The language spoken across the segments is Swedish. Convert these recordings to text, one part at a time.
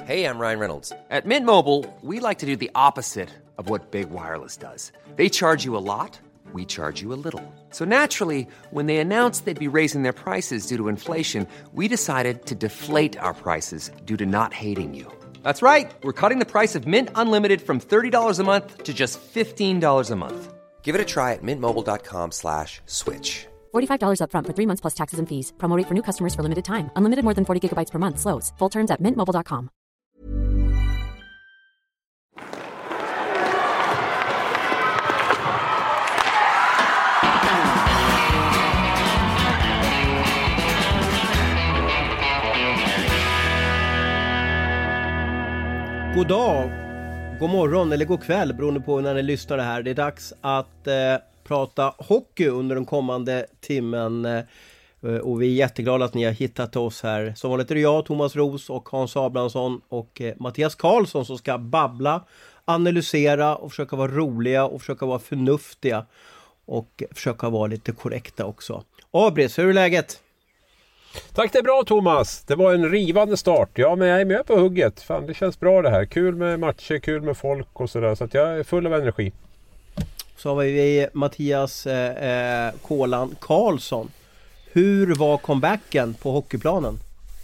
Hey, I'm Ryan Reynolds. At Mint Mobile, we like to do the opposite of what Big Wireless does. They charge you a lot, we charge you a little. So naturally, when they announced they'd be raising their prices due to inflation, we decided to deflate our prices due to not hating you. That's right. We're cutting the price of Mint Unlimited from $30 a month to just $15 a month. Give it a try at mintmobile.com/switch. $45 up front for 3 months plus taxes and fees. Promo rate for new customers for limited time. Unlimited more than 40 gigabytes per month. Slows full terms at mintmobile.com. God dag, god morgon eller god kväll beroende på när ni lyssnar det här. Det är dags att prata hockey under den kommande timmen. Och vi är jätteglada att ni har hittat oss här. Som vanligt är det jag, Thomas Ros och Hans Abrahamsson och Mattias Karlsson som ska babbla, analysera och försöka vara roliga och försöka vara förnuftiga. Och försöka vara lite korrekta också. Abris, hur är läget? Tack, det är bra Thomas. Det var en rivande start. Ja, men jag är med på hugget. Fan, det känns bra det här. Kul med matcher, kul med folk och sådär. Så att jag är full av energi. Så har vi Mattias Kolan Karlsson. Hur var comebacken på hockeyplanen?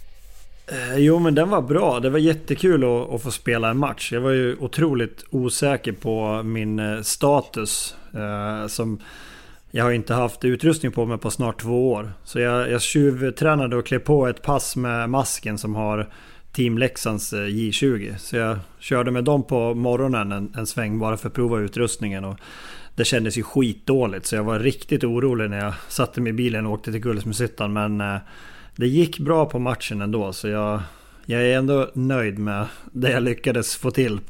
Jo, men den var bra. Det var jättekul att få spela en match. Jag var ju otroligt osäker på min status. Jag har inte haft utrustning på mig på snart 2 år. Så jag tjuvtränade och klev på ett pass med masken som har Team Leksands J20. Så jag körde med dem på morgonen en sväng bara för att prova utrustningen. Och det kändes ju skitdåligt. Så jag var riktigt orolig när jag satte mig i bilen och åkte till Gullesmysyttan. Men det gick bra på matchen ändå. Så jag är ändå nöjd med det jag lyckades få till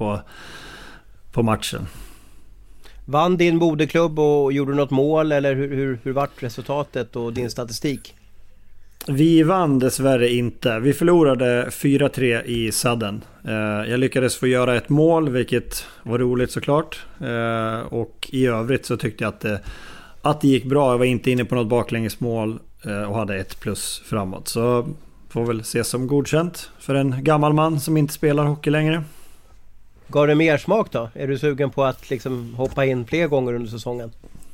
på matchen. Vann din moderklubb och gjorde något mål eller hur vart resultatet och din statistik? Vi vann dessvärre inte. Vi förlorade 4-3 i sadden. Jag lyckades få göra ett mål, vilket var roligt såklart. Och i övrigt så tyckte jag att det gick bra. Jag var inte inne på något baklängesmål och hade 1+ framåt. Så får väl ses som godkänt för en gammal man som inte spelar hockey längre. Gav det mer smak då? Är du sugen på att liksom hoppa in fler gånger under säsongen?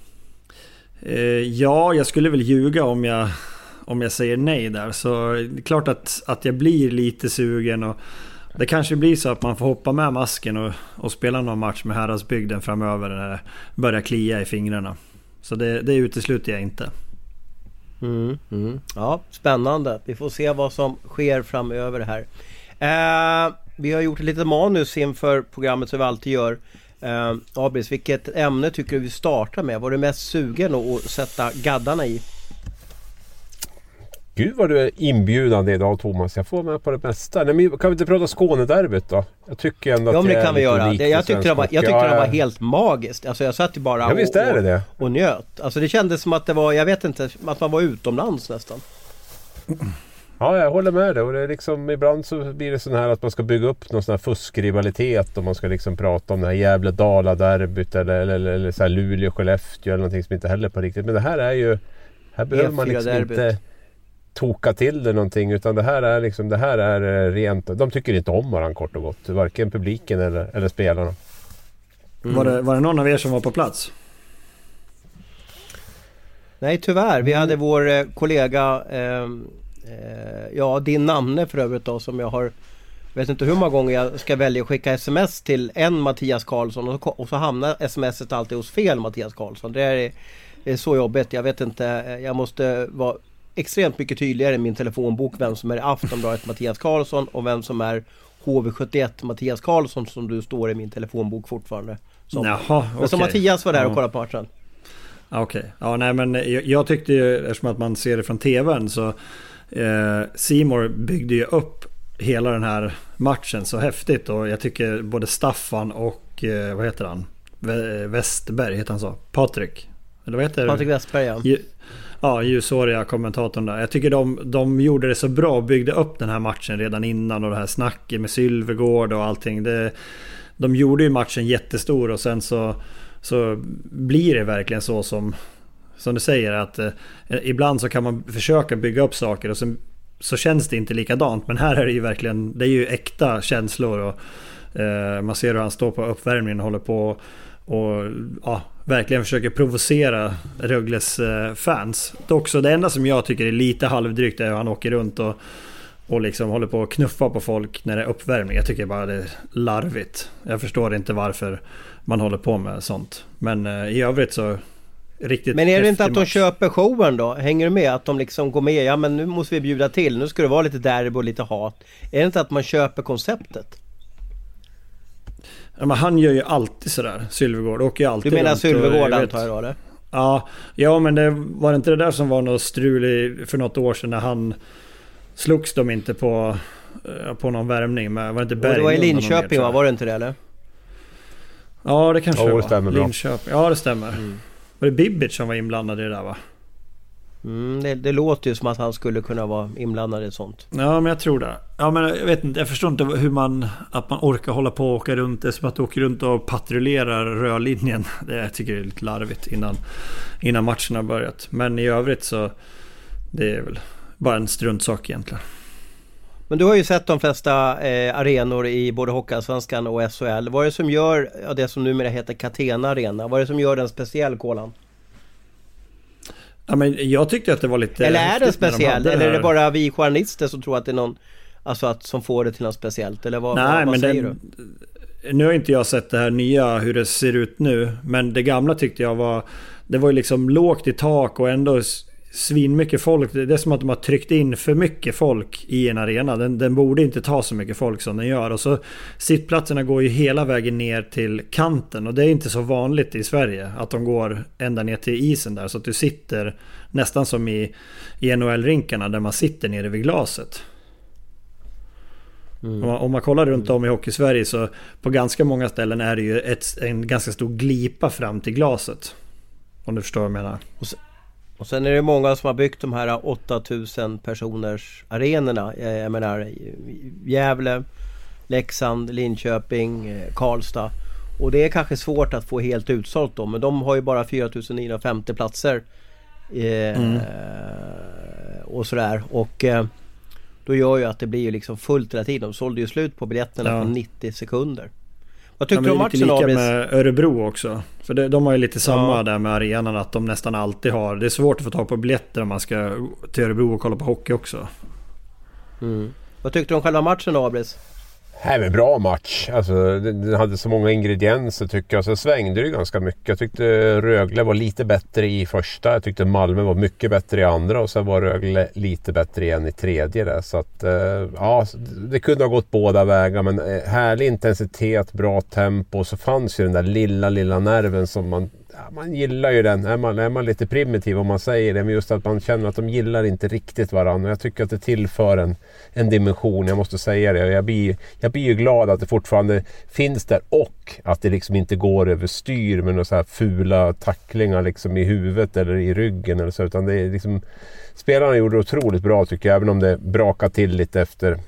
Ja, jag skulle väl ljuga om jag säger nej där. Så det är klart att jag blir lite sugen. Och det kanske blir så att man får hoppa med masken och spela någon match med Häradsbygden framöver när det börjar klia i fingrarna. Så det utesluter jag inte. Ja, spännande. Vi får se vad som sker framöver här. Vi har gjort ett litet manus inför programmet som vi alltid gör. Abris, vilket ämne tycker du vi startar med? Var du mest sugen att sätta gaddarna i? Gud vad du är inbjudande idag Thomas. Jag får med på det mesta. Nej, men kan vi inte prata Skånederbyt då? Jag tycker ändå att ja, men det kan vi göra. Jag tyckte det var helt magiskt. Alltså jag satt ju bara och njöt. Alltså det kändes som att det var, jag vet inte, att man var utomlands nästan. Ja, jag håller med dig. Och det är liksom, ibland så blir det sån här att man ska bygga upp någon sån här fuskrivalitet och man ska liksom prata om det här Gävle-Dala-derbyt eller så här Luleå-Skellefteå eller någonting som inte heller på riktigt. Men det här är ju, här behöver man liksom inte toka till det någonting, utan det här är rent, de tycker inte om varandra kort och gott, varken publiken eller spelarna. Var det någon av er som var på plats? Nej, tyvärr. Vi hade vår kollega din namne för övrigt då, som jag vet inte hur många gånger jag ska välja att skicka sms till en Mattias Karlsson och så hamnar smset alltid hos fel Mattias Karlsson. Det är så jobbigt. Jag vet inte, jag måste vara extremt mycket tydligare i min telefonbok vem som är Aftonbladet Mattias Karlsson och vem som är HV71 Mattias Karlsson, som du står i min telefonbok fortfarande. Men som Mattias var där och kollade på matchen. Okej. Ja, nej, men jag tyckte ju, eftersom att man ser det från tvn, så C More byggde ju upp hela den här matchen så häftigt, och jag tycker både Staffan och vad heter han? Westberg heter han så? Patrik. Eller vad heter Patrik Westberg, ja. Ja, ljusåriga kommentatorn där. Jag tycker de gjorde det så bra och byggde upp den här matchen redan innan, och det här snacket med Sylvegård och allting. De gjorde ju matchen jättestor, och sen så blir det verkligen så som du säger, att ibland så kan man försöka bygga upp saker och sen så känns det inte likadant. Men här är det ju verkligen, det är ju äkta känslor och man ser hur han står på uppvärmningen och håller på och verkligen försöker provocera Rögles fans. Också det enda som jag tycker är lite halvdrygt är att han åker runt och liksom håller på att knuffa på folk när det är uppvärmning. Jag tycker bara det är larvigt. Jag förstår inte varför man håller på med sånt. Men i övrigt så riktigt. Men är det inte att de köper showen då? Hänger du med? Att de liksom går med, ja men nu måste vi bjuda till. Nu ska det vara lite derby och lite hat. Är det inte att man köper konceptet? Ja, men han gör ju alltid sådär. Sylvegård åker ju alltid. Du menar Sylvegård antar jag då, eller? Ja, men det var inte det där som var något strul för något år sedan när han slogs de inte på någon värmning med, var det inte Berg? Det var i Linköping, var det inte det eller? Ja, det kanske det stämmer bra. Linköping. Ja, det stämmer. Var det Bibic som var inblandad i det där, va? Det låter ju som att han skulle kunna vara inblandad i sånt. Ja, men jag tror det. Ja, men jag vet inte, jag förstår inte hur man orkar hålla på och åka runt. Det är som att åka runt och patrullerar rödlinjen. Det jag tycker jag är lite larvigt innan matchen har börjat. Men i övrigt så det är väl bara en struntsak egentligen. Men du har ju sett de flesta arenor i både Hockeyallsvenskan och SHL. Vad är det som gör det som numera heter Catena Arena? Vad är det som gör den speciell, Kolan? Ja, men jag tyckte att det var lite... Eller är det speciell? Eller är det bara vi journalister som tror att det är någon... Alltså som får det till något speciellt? Eller vad säger du? Nu har inte jag sett det här nya, hur det ser ut nu. Men det gamla tyckte jag var... Det var ju liksom lågt i tak och ändå svin mycket folk. Det är som att de har tryckt in för mycket folk i en arena. Den borde inte ta så mycket folk som den gör. Och så sittplatserna går ju hela vägen ner till kanten. Och det är inte så vanligt i Sverige att de går ända ner till isen där. Så att du sitter nästan som i NHL-rinkarna där man sitter nere vid glaset. Om man kollar runt om i Hockey-Sverige så på ganska många ställen är det ju en ganska stor glipa fram till glaset. Om du förstår vad jag menar. Och sen är det många som har byggt de här 8000 personers arenorna. Jag menar Gävle, Leksand, Linköping, Karlstad. Och det är kanske svårt att få helt utsålt då. Men de har ju bara 4950 platser. Och sådär. Och då gör ju att det blir ju liksom fullt hela tiden. De sålde ju slut på biljetterna på 90 sekunder. Vad tyckte du om matchen, Abris? Med Örebro också. För de har ju lite samma där med arenan, att de nästan alltid har... Det är svårt att få tag på biljetter om man ska till Örebro och kolla på hockey också. Vad tyckte du om själva matchen, Abris? Nej, men bra match. Alltså, den hade så många ingredienser tycker jag. Så svängde det ganska mycket. Jag tyckte Rögle var lite bättre i första. Jag tyckte Malmö var mycket bättre i andra. Och sen var Rögle lite bättre igen i tredje där. Så att, det kunde ha gått båda vägar. Men härlig intensitet, bra tempo. Så fanns ju den där lilla nerven som man gillar ju den. Är man lite primitiv om man säger det. Men just att man känner att de gillar inte riktigt varandra. Jag tycker att det tillför en dimension. Jag måste säga det. Jag blir ju glad att det fortfarande finns där. Och att det liksom inte går över styr med några så här fula tacklingar liksom i huvudet eller i ryggen. Eller så, utan det är liksom, spelarna gjorde det otroligt bra tycker jag. Även om det brakade till lite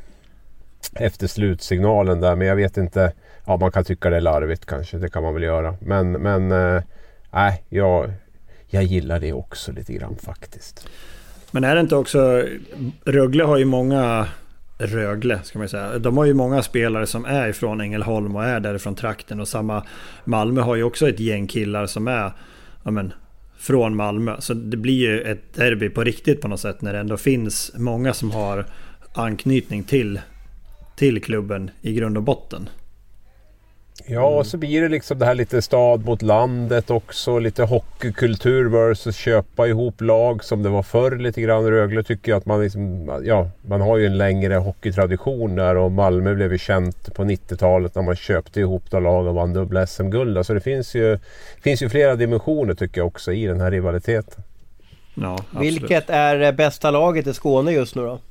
efter slutsignalen där. Men jag vet inte. Ja, man kan tycka det är larvigt kanske. Det kan man väl göra. Men nej, jag gillar det också lite grann faktiskt. Men är det inte också... Rögle har ju många... Rögle ska man säga. De har ju många spelare som är ifrån Ängelholm och är därifrån trakten. Och samma Malmö har ju också ett gäng killar som är från Malmö. Så det blir ju ett derby på riktigt på något sätt. När det ändå finns många som har anknytning till klubben i grund och botten. Ja, och så blir det liksom det här lite stad mot landet också. Lite hockeykultur versus köpa ihop lag som det var förr lite grann. Rögle tycker jag att man liksom, man har ju en längre hockeytradition där. Och Malmö blev ju känt på 90-talet när man köpte ihop då lag och vann dubbla SM-guld. Så det finns ju flera dimensioner tycker jag också i den här rivaliteten. Ja, absolut. Vilket är bästa laget i Skåne just nu då?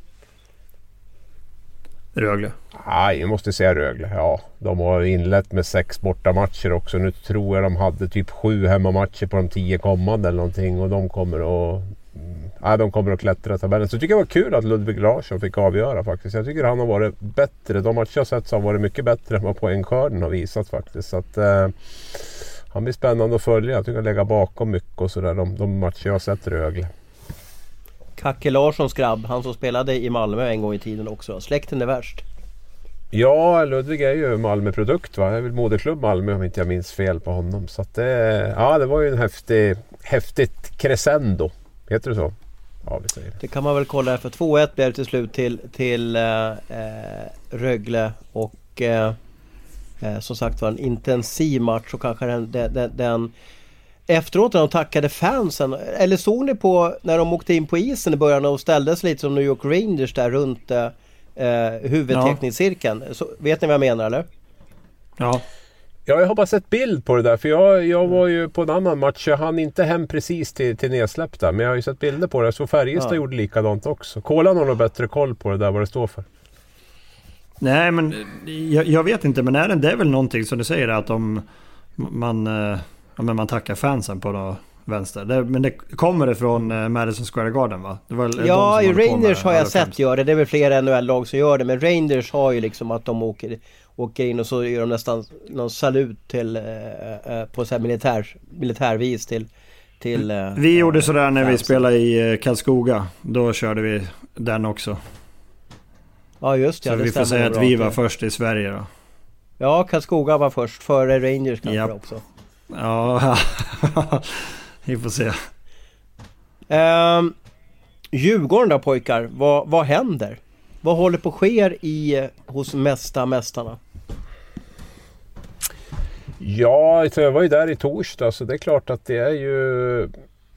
Rögle. Nej, jag måste säga Rögle. Ja, de har inlett med 6 bortamatcher också. Nu tror jag de hade typ 7 hemmamatcher på de 10 kommande eller någonting. Och de kommer att klättra tabellen. Så jag tycker det var kul att Ludvig Larsson fick avgöra faktiskt. Jag tycker han har varit bättre. De matcher jag sett så har varit mycket bättre än vad poängskörden har visat faktiskt. Så att han blir spännande att följa. Jag tycker han lägger bakom mycket och sådär. De matcher jag har sett Rögle. Kacke Larssons grabb, han som spelade i Malmö en gång i tiden också. Släkten är värst. Ja, Ludvig är ju Malmö-produkt, va? Det är väl moderklubb Malmö om inte jag minns fel på honom. Så att det var ju en häftigt crescendo. Heter det så? Ja, vi säger det. Det kan man väl kolla här, för 2-1 blev det till slut till Rögle. Och som sagt var en intensiv match. Och kanske den efteråt när de tackade fansen. Eller såg ni på när de åkte in på isen i början och ställdes lite som New York Rangers där runt huvudteckningscirkeln. Så, vet ni vad jag menar, eller? Ja. Ja, jag har bara sett bild på det där. För jag var ju på en annan match. Jag hann inte hem precis till nedsläpp där. Men jag har ju sett bilder på det. Så Färjestad gjorde likadant också. Kolan har nog bättre koll på det där, vad det står för. Nej, men jag vet inte. Men det är väl någonting som du säger, att man tackar fansen på då vänster. Men det kommer det från Madison Square Garden, va? Det var ja, i Rangers har jag sett göra det. Det är väl flera NHL-lag som gör det. Men Rangers har ju liksom att de åker in och så gör de nästan någon salut till på så här militärvis till vi gjorde sådär när vi spelade i Karlskoga. Då körde vi den också. Ja, just det. Så det vi får säga att vi var först i Sverige då. Ja, Karlskoga var först före Rangers kanske också. Ja, vi får se. Djurgården då, pojkar, vad händer? Vad håller på att ske hos mästarna? Ja, jag var ju där i torsdag, så det är klart att det är ju...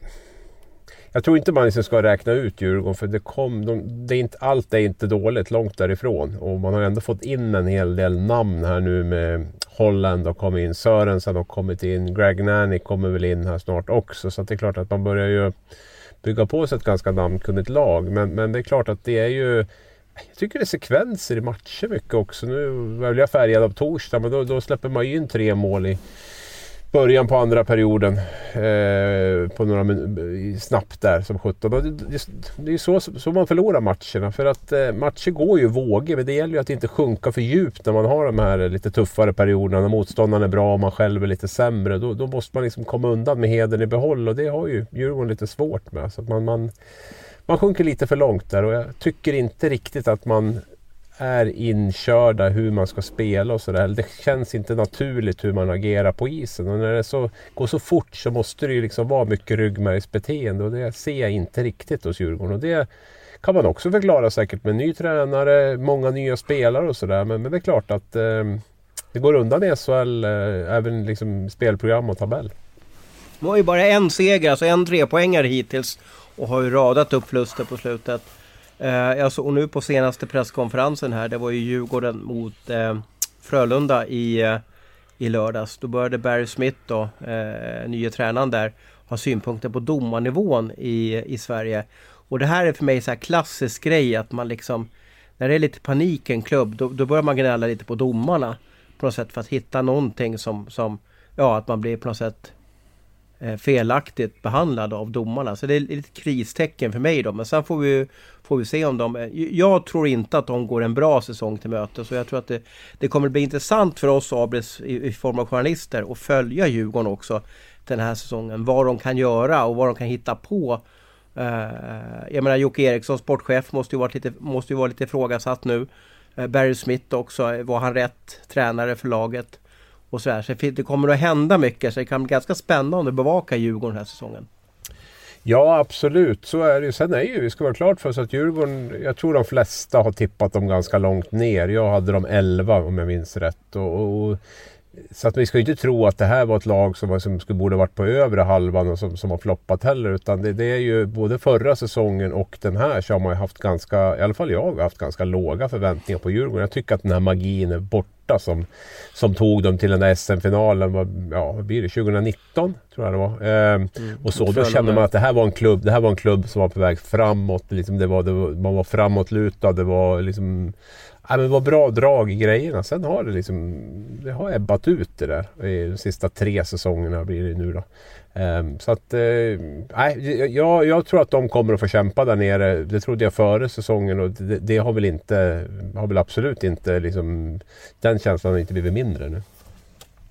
Jag tror inte man liksom ska räkna ut Djurgården, för allt är inte dåligt, långt därifrån. Och man har ändå fått in en hel del namn här nu med Holland och kommit in, Sörensen har kommit in, Greg Nanny kommer väl in här snart också. Så att det är klart att man börjar ju bygga på sig ett ganska namnkunnigt lag. Men det är klart att det är ju... Jag tycker det är sekvenser i matcher mycket också. Nu var jag färgad av torsdag, men då släpper man ju in 3 mål i början på andra perioden på några snabbt där som 17. Det är ju så man förlorar matcherna, för att matcher går ju vågor, men det gäller ju att inte sjunka för djupt när man har de här lite tuffare perioderna, när motståndaren är bra och man själv är lite sämre. Då måste man liksom komma undan med heden i behåll, och det har ju Djurgården lite svårt med. Så att man sjunker lite för långt där, och jag tycker inte riktigt att man är inkörda hur man ska spela och sådär. Det känns inte naturligt hur man agerar på isen, och när det går så fort så måste det ju liksom vara mycket ryggmärgsbeteende, och det ser jag inte riktigt hos Djurgården. Och det kan man också förklara säkert med ny tränare, många nya spelare och sådär, men det är klart att det går undan i SHL, även liksom spelprogram och tabell. Det var ju bara en seger, alltså en 3-poängare hittills, och har ju radat upp förluster på slutet. Och nu på senaste presskonferensen här, det var ju Djurgården mot Frölunda i lördags. Då började Barry Smith då, nya tränaren där, ha synpunkter på domarnivån i Sverige. Och det här är för mig så här klassisk grej, att man liksom, när det är lite panik i en klubb, då börjar man gnälla lite på domarna på något sätt, för att hitta någonting som att man blir på något sätt felaktigt behandlad av domarna. Så det är lite kristecken för mig då. Men sen får vi se om jag tror inte att de går en bra säsong till möte. Så jag tror att det kommer bli intressant för oss Abris i form av journalister att följa Djurgården också den här säsongen. Vad de kan göra och vad de kan hitta på. Jag menar, Jocke Eriksson, sportchef, måste ju vara lite ifrågasatt nu. Barry Smith också, var han rätt tränare för laget? Och så det kommer att hända mycket, så det kan bli ganska spännande att bevaka Djurgården den här säsongen. Ja, absolut. Så är det ju. Sen vi ska vara klart för oss att Djurgården, jag tror de flesta har tippat dem ganska långt ner. Jag hade dem 11 om jag minns rätt. Så att vi ska inte tro att det här var ett lag som borde varit på övre halvan och som har floppat heller. Utan det är ju både förra säsongen och den här, så har man ju haft ganska, i alla fall jag har haft ganska låga förväntningar på Djurgården. Jag tycker att den här magin är borta som tog dem till den där SM-finalen, vad blir det, 2019 tror jag det var. Och så då kände man att det här var en klubb som var på väg framåt. Liksom man var framåtlutad, det var liksom... Ja, men det var bra drag i grejerna. Sen har det har ebbat ut det där i de sista 3 säsongerna blir det nu då. Så att jag tror att de kommer att få kämpa där nere. Det trodde jag före säsongen, och det har väl absolut inte liksom, den känslan har inte blivit mindre nu.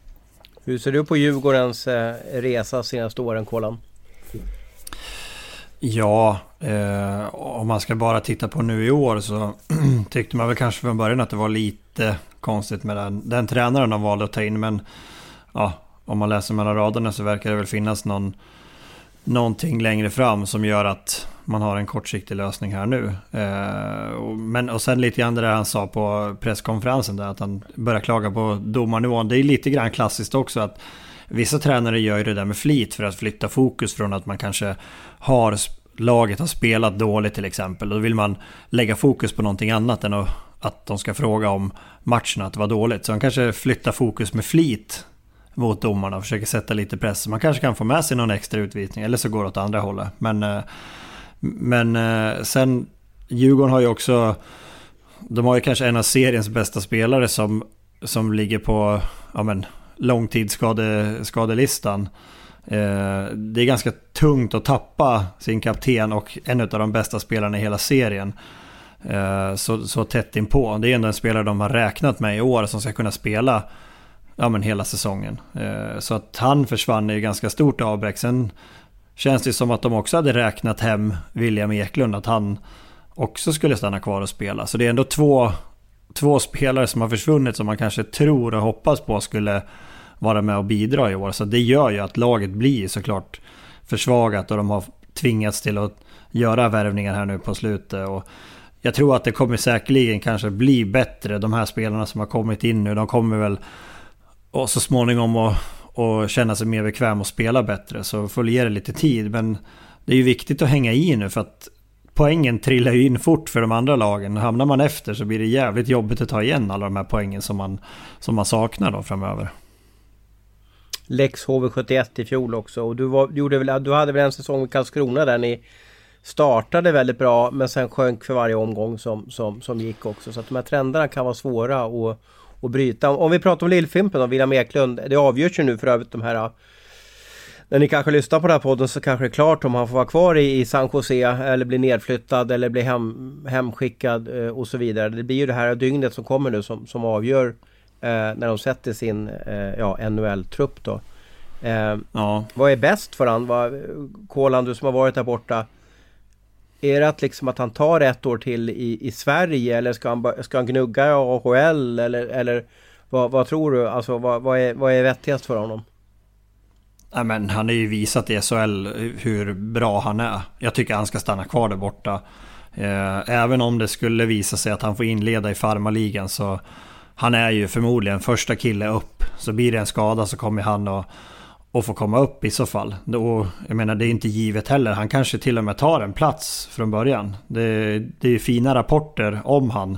Hur ser du på Djurgårdens resa senaste åren, Kolan? Ja, om man ska bara titta på nu i år så tyckte man väl kanske från början att det var lite konstigt med den tränaren de valde att ta in. Men ja, om man läser mellan raderna så verkar det väl finnas någonting längre fram som gör att man har en kortsiktig lösning här nu. Och sen lite grann det där han sa på presskonferensen där, att han börjar klaga på domarnivån. Det är lite grann klassiskt också att vissa tränare gör ju det där med flit för att flytta fokus från att man kanske laget har spelat dåligt till exempel. Då vill man lägga fokus på någonting annat än att de ska fråga om matcherna, att det var dåligt. Så han kanske flyttar fokus med flit mot domarna och försöker sätta lite press. Man kanske kan få med sig någon extra utvisning, eller så går det åt andra hållet. Men sen Djurgården har ju också, de har ju kanske en av seriens bästa spelare som ligger på långtidsskadelistan. Det är ganska tungt att tappa sin kapten och en av de bästa spelarna i hela serien så tätt inpå. Det är ändå en spelare de har räknat med i år som ska kunna spela hela säsongen. Så att han försvann är ju ganska stort avbräck. Sen känns det som att de också hade räknat hem William Eklund, att han också skulle stanna kvar och spela. Så det är ändå två spelare som har försvunnit som man kanske tror och hoppas på skulle vara med och bidra i år. Så det gör ju att laget blir såklart försvagat och de har tvingats till att göra värvningar här nu på slutet. Och jag tror att det kommer säkerligen kanske bli bättre. De här spelarna som har kommit in nu, de kommer väl och så småningom och känna sig mer bekväm och spela bättre. Så får ge det lite tid. Men det är ju viktigt att hänga i nu, för att poängen trillar ju in fort för de andra lagen. Hamnar man efter så blir det jävligt jobbigt att ta igen alla de här poängen som man saknar då framöver. Lex HV71 i fjol också. Och du hade väl en säsong med Karlskrona där ni startade väldigt bra men sen sjönk för varje omgång som gick också. Så att de här trenderna kan vara svåra att bryta. Om vi pratar om Lillfimpen och William Eklund, det avgörs ju nu för övrigt de här. När ni kanske lyssnar på den här podden så kanske det är klart om han får vara kvar i San Jose eller bli nedflyttad eller bli hemskickad och så vidare. Det blir ju det här dygnet som kommer nu som avgör när de sätter sin NHL-trupp då. Vad är bäst för han? Kolan, du som har varit där borta, är det att, liksom att han tar ett år till i Sverige eller ska han gnugga i AHL eller vad tror du? Alltså vad är vettigast för honom? Ja, men han har ju visat i SHL hur bra han är. Jag tycker han ska stanna kvar där borta. Även om det skulle visa sig att han får inleda i farmarligan, så han är ju förmodligen första kille upp. Så blir det en skada så kommer han och få komma upp i så fall. Jag menar, det är inte givet heller. Han kanske till och med tar en plats från början. Det är fina rapporter om han.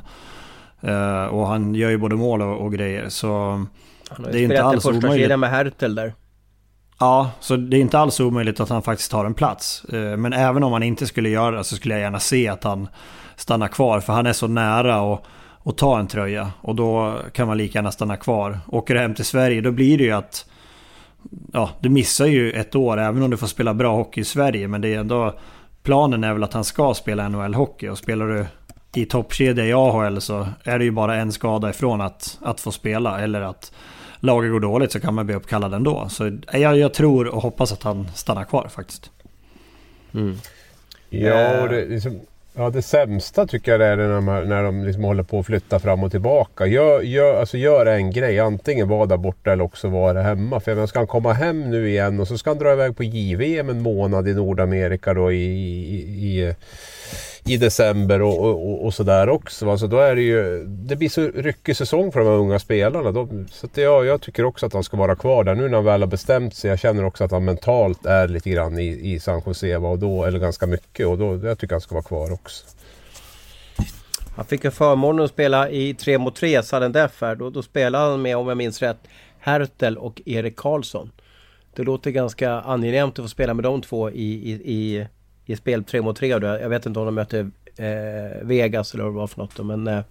Och han gör ju både mål och grejer. Så han har ju det är inte alls första omöjligt med Hertel där. Ja, så det är inte alls omöjligt att han faktiskt tar en plats. Men även om han inte skulle göra det så skulle jag gärna se att han stannar kvar. För han är så nära att ta en tröja. Och då kan man lika gärna stanna kvar. Åker hem till Sverige, då blir det ju att du missar ju ett år även om du får spela bra hockey i Sverige. Men det är ändå, planen är väl att han ska spela NHL-hockey. Och spelar du i toppkedja i AHL så är det ju bara en skada ifrån att få spela. Eller att laget går dåligt så kan man bli uppkallad ändå. Så jag tror och hoppas att han stannar kvar faktiskt. Mm. Ja, det sämsta tycker jag är när de liksom håller på att flytta fram och tillbaka. Gör en grej, antingen vara där borta eller också vara hemma. För jag ska han komma hem nu igen och så ska han dra iväg på JVM en månad i Nordamerika då i december och så där också. Alltså då är det blir så ryckig säsong för de här unga spelarna. Så att jag tycker också att han ska vara kvar där nu när han väl har bestämt sig. Jag känner också att han mentalt är lite grann i San Jose och då, eller ganska mycket. Och då jag tycker han ska vara kvar också. Han fick en förmån att spela i 3-mot-3 Sudden Death här. Då spelade han med, om jag minns rätt, Hertel och Erik Karlsson. Det låter ganska angenämt att få spela med de två i spel 3-mot-3. Jag vet inte om de mötte Vegas eller vad det var för något. Men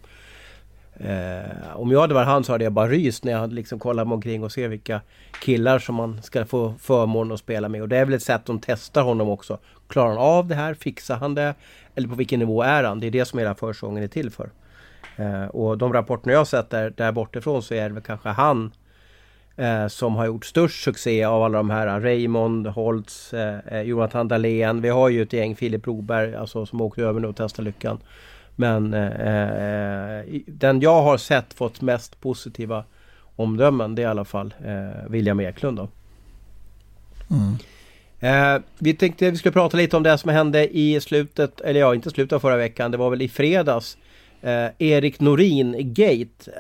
om jag hade varit han så hade jag bara ryst när jag hade liksom kollat mig omkring och se vilka killar som man ska få förmån att spela med. Och det är väl ett sätt de testar honom också. Klarar han av det här? Fixar han det? Eller på vilken nivå är han? Det är det som hela försäsongen är till för. Och de rapporterna jag har sett där bortifrån så är det väl kanske han som har gjort störst succé av alla de här. Raymond, Holtz, Jonathan Dahlén. Vi har ju ett gäng, Filip Broberg, alltså, som åkte över nu och testade lyckan. Men den jag har sett fått mest positiva omdömen, det är i alla fall William Eklund då. Vi tänkte vi skulle prata lite om det som hände i slutet, eller ja, inte slutet av förra veckan, det var väl i fredags. Erik Norin Gate.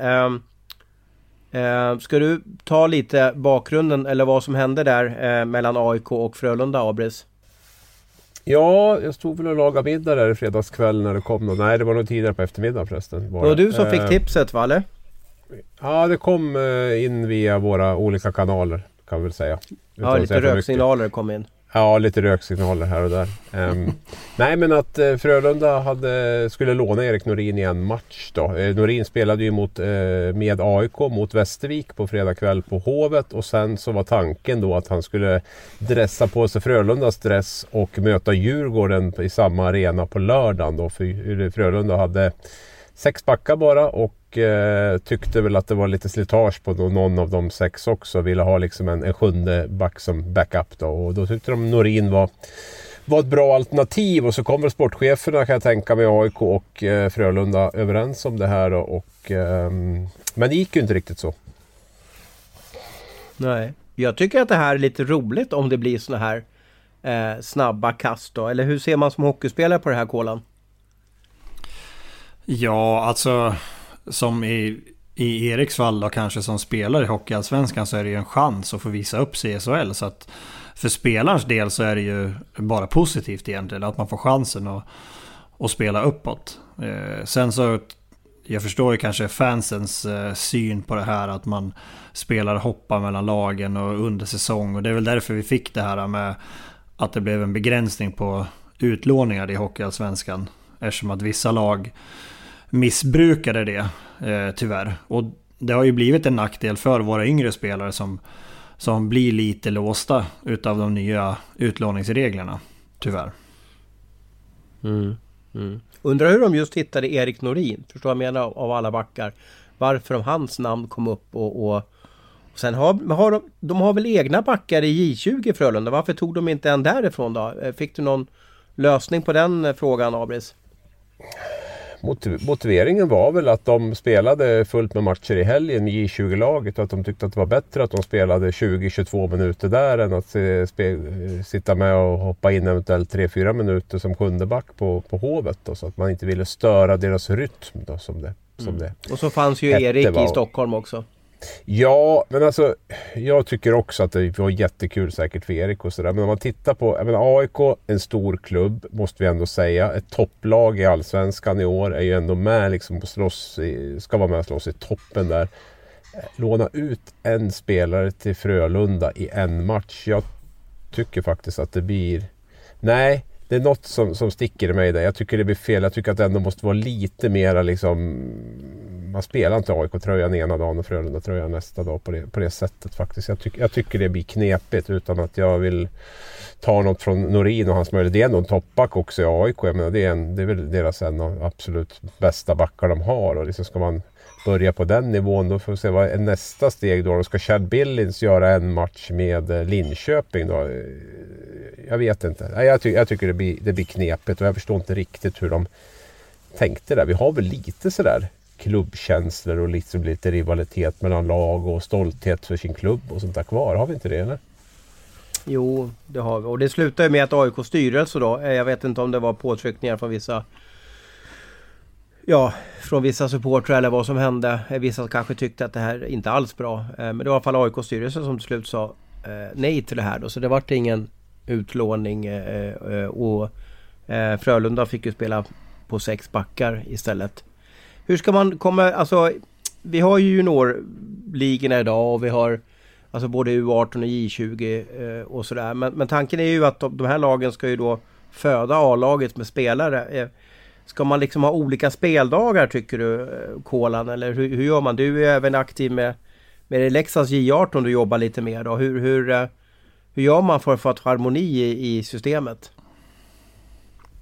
Ska du ta lite bakgrunden eller vad som hände där mellan AIK och Frölunda, Abris? Ja, jag stod väl och lagade middag där i fredagskväll när det kom. Nej, det var nog tidigare på eftermiddagen förresten. Det var du som fick tipset, va, eller? Ja, det kom in via våra olika kanaler, kan vi väl säga. Ja, lite röksignaler kom in. Ja, lite röksignaler här och där. Nej, men att Frölunda skulle låna Erik Norin i en match då. Norin spelade ju med AIK mot Västervik på fredag kväll på Hovet. Och sen så var tanken då att han skulle dressa på sig Frölundas dress och möta Djurgården i samma arena på lördagen då. För Frölunda hade 6 backar bara och tyckte väl att det var lite slitage på någon av de 6 också. Ville ha liksom en 7:e back som backup då. Och då tyckte de Norin var ett bra alternativ. Och så kommer sportcheferna, kan jag tänka mig, AIK och Frölunda överens om det här då. Men det gick ju inte riktigt så. Nej, jag tycker att det här är lite roligt om det blir såna här snabba kast då. Eller hur ser man som hockeyspelare på det här, Kolan? Ja, alltså som i Eriks fall då, kanske som spelare i Hockeyallsvenskan, så är det ju en chans att få visa upp sig i SHL. Så att för spelarens del så är det ju bara positivt egentligen att man får chansen att spela uppåt. Sen så, jag förstår ju kanske fansens syn på det här, att man spelar hoppa mellan lagen och under säsong. Och det är väl därför vi fick det här med att det blev en begränsning på utlåningar i Hockeyallsvenskan. Eftersom att vissa lag missbrukade det, tyvärr. Och det har ju blivit en nackdel för våra yngre spelare som blir lite låsta utav de nya utlåningsreglerna, tyvärr. Undrar hur de just hittade Erik Norin, förstår jag menar, av alla backar. Varför om hans namn kom upp och sen har de väl egna backar i J20 Frölunda. Varför tog de inte en därifrån då? Fick du någon lösning på den frågan, Abris? Motiveringen var väl att de spelade fullt med matcher i helgen i J20-laget och att de tyckte att det var bättre att de spelade 20-22 minuter där än att sitta med och hoppa in eventuellt 3-4 minuter som 7:e back på Hovet då, så att man inte ville störa deras rytm då, som det. Och så fanns ju Erik i Stockholm också. Ja, men alltså jag tycker också att det var jättekul säkert för Erik och sådär. Men om man tittar på, jag menar, AIK, en stor klubb måste vi ändå säga. Ett topplag i Allsvenskan i år är ju ändå med liksom och ska vara med och slåss i toppen där. Låna ut en spelare till Frölunda i en match. Jag tycker faktiskt att det blir... Nej, det är något som sticker i mig där. Jag tycker det blir fel. Jag tycker att det ändå måste vara lite mera liksom... Man spelar inte AIK-tröjan ena dagen och Frölunda-tröjan nästa dag på det sättet faktiskt. Jag tycker det blir knepigt utan att jag vill ta något från Norin och hans möjlighet. Det är ändå en toppback också i AIK. Jag menar, det är väl deras en av absolut bästa backar de har. Och liksom ska man börja på den nivån, då får vi se vad är nästa steg då. Ska Chad Billings göra en match med Linköping då? Jag vet inte. Jag tycker det blir knepigt och jag förstår inte riktigt hur de tänkte där. Vi har väl lite sådär klubbkänslor och liksom lite rivalitet mellan lag och stolthet för sin klubb och sånt där kvar. Har vi inte det, eller? Jo, det har vi. Och det slutar ju med att AIKs styrelse då, jag vet inte om det var påtryckningar från vissa supportrar eller vad som hände. Vissa kanske tyckte att det här inte alls bra. Men det var i alla fall AIKs styrelse som till slut sa nej till det här då. Så det var ingen utlåning och Frölunda fick ju spela på 6 backar istället. Hur ska man komma, alltså vi har ju juniorligorna idag och vi har alltså både U18 och J20 och sådär. Men tanken är ju att de här lagen ska ju då föda A-laget med spelare. Ska man liksom ha olika speldagar tycker du, Kolan? Eller hur gör man? Du är även aktiv med Leksands J18, du jobbar lite mer då. Hur gör man för att få harmoni i systemet?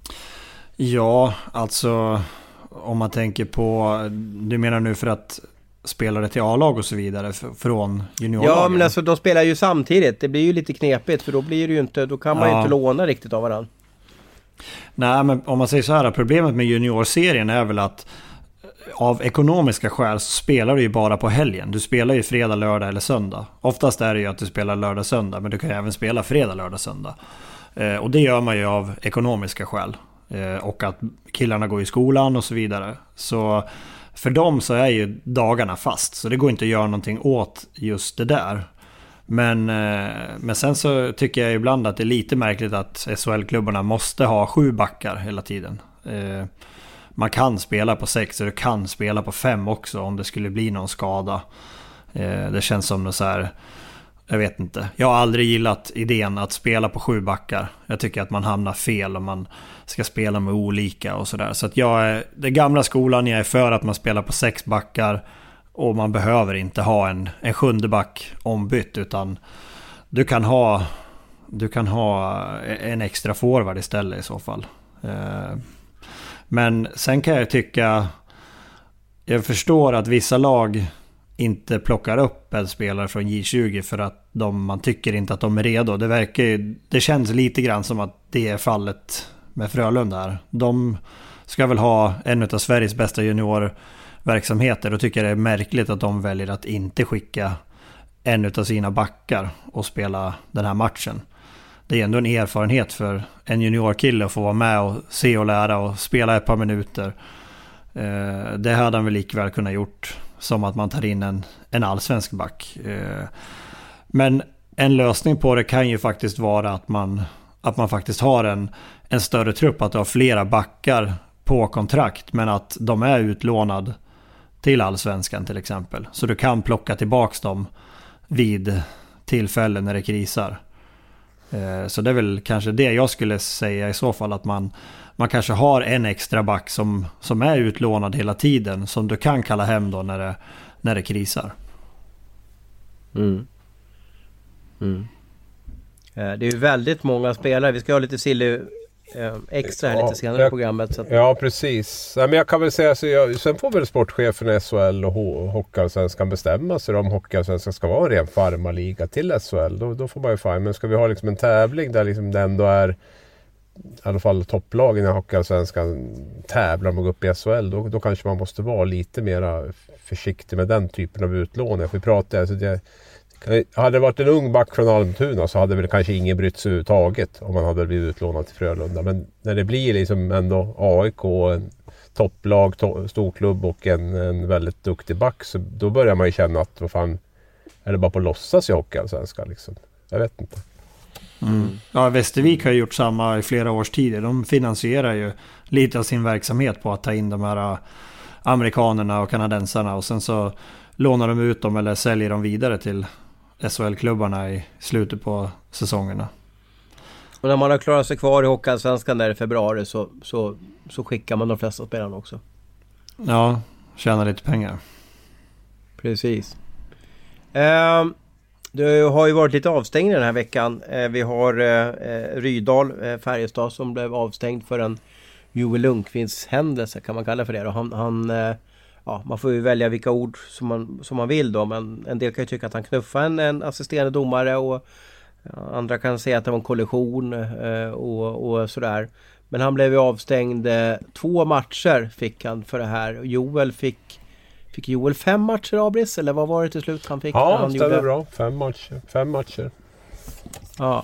Ja, alltså om man tänker på, du menar nu för att spelare till A-lag och så vidare från juniorlagen. Ja, men alltså de spelar ju samtidigt. Det blir ju lite knepigt, för då blir det ju inte, då kan man ju inte låna riktigt av varandra. Nej, men om man säger så här, problemet med juniorserien är väl att av ekonomiska skäl så spelar du ju bara på helgen. Du spelar ju fredag, lördag eller söndag. Oftast är det ju att du spelar lördag, söndag, men du kan ju även spela fredag, lördag, söndag. Och det gör man ju av ekonomiska skäl. Och att killarna går i skolan och så vidare. Så för dem så är ju dagarna fast. Så det går inte att göra någonting åt just det där. Men sen så tycker jag ibland att det är lite märkligt att SHL-klubbarna måste ha 7 backar hela tiden. Man kan spela på 6 och du kan spela på 5 också om det skulle bli någon skada. Det känns som något så här, jag vet inte. Jag har aldrig gillat idén att spela på 7 backar. Jag tycker att man hamnar fel om man ska spela med olika och sådär. Så att det gamla skolan, jag är för att man spelar på 6 backar och man behöver inte ha en 7:e back ombytt, utan du kan ha en extra forward istället i så fall. Men sen kan jag tycka, jag förstår att vissa lag inte plockar upp en spelare från J20 för att man tycker inte att de är redo. Det känns lite grann som att det är fallet med Frölunda här. De ska väl ha en av Sveriges bästa juniorverksamheter, och tycker det är märkligt att de väljer att inte skicka en av sina backar och spela den här matchen. Det är ändå en erfarenhet för en juniorkille att få vara med och se och lära och spela ett par minuter. Det hade han väl likväl kunnat gjort som att man tar in en allsvensk back. Men en lösning på det kan ju faktiskt vara att man faktiskt har en större trupp, att du har flera backar på kontrakt, men att de är utlånad till allsvenskan till exempel. Så du kan plocka tillbaks dem vid tillfällen när det krisar. Så det är väl kanske det jag skulle säga i så fall, att man kanske har en extra back som är utlånad hela tiden, som du kan kalla hem då när det krisar. Det är ju väldigt många spelare. Vi ska ha lite silly extra här lite senare i programmet. Så att... Ja, precis. Men jag kan väl säga så, sen får väl sportchefen i SHL och Hockeyallsvenskan bestämma sig om Hockeyallsvenskan ska vara en ren farmaliga till SHL. Då får man ju fine. Men ska vi ha liksom en tävling där liksom det ändå är i alla fall topplagen i Hockeyallsvenskan tävlar om att gå upp i SHL, då kanske man måste vara lite mer försiktig med den typen av utlåning. Vi pratar alltså hade det varit en ung back från Almtuna så hade väl kanske ingen brytt sig överhuvudtaget om man hade blivit utlånad till Frölunda. Men när det blir liksom ändå AIK, en topplag, storklubb och en väldigt duktig back, så då börjar man ju känna att vad fan, är det bara på låtsas i Hockeyallsvenskan liksom? Jag vet inte. Ja, Västervik har gjort samma i flera års tid. De finansierar ju lite av sin verksamhet på att ta in de här amerikanerna och kanadensarna, och sen så lånar de ut dem eller säljer dem vidare till SHL-klubbarna i slutet på säsongerna. Och när man har klarat sig kvar i Hockeyallsvenskan där i februari så skickar man de flesta spelarna också. Ja, tjänar lite pengar. Precis. Det har ju varit lite avstängning den här veckan. Vi har Rydal, Färjestad, som blev avstängd för en Joel Lundqvists händelse, kan man kalla för det. Och han man får ju välja vilka ord som man vill då, men en del kan ju tycka att han knuffade en assisterande domare, och andra kan säga att det var en kollision och sådär. Men han blev ju avstängd 2 matcher fick han för det här. Joel fick Joel 5 matcher, Abris, eller vad var det till slut han fick? Ja, han stämmer bra. 5 matcher. Ja.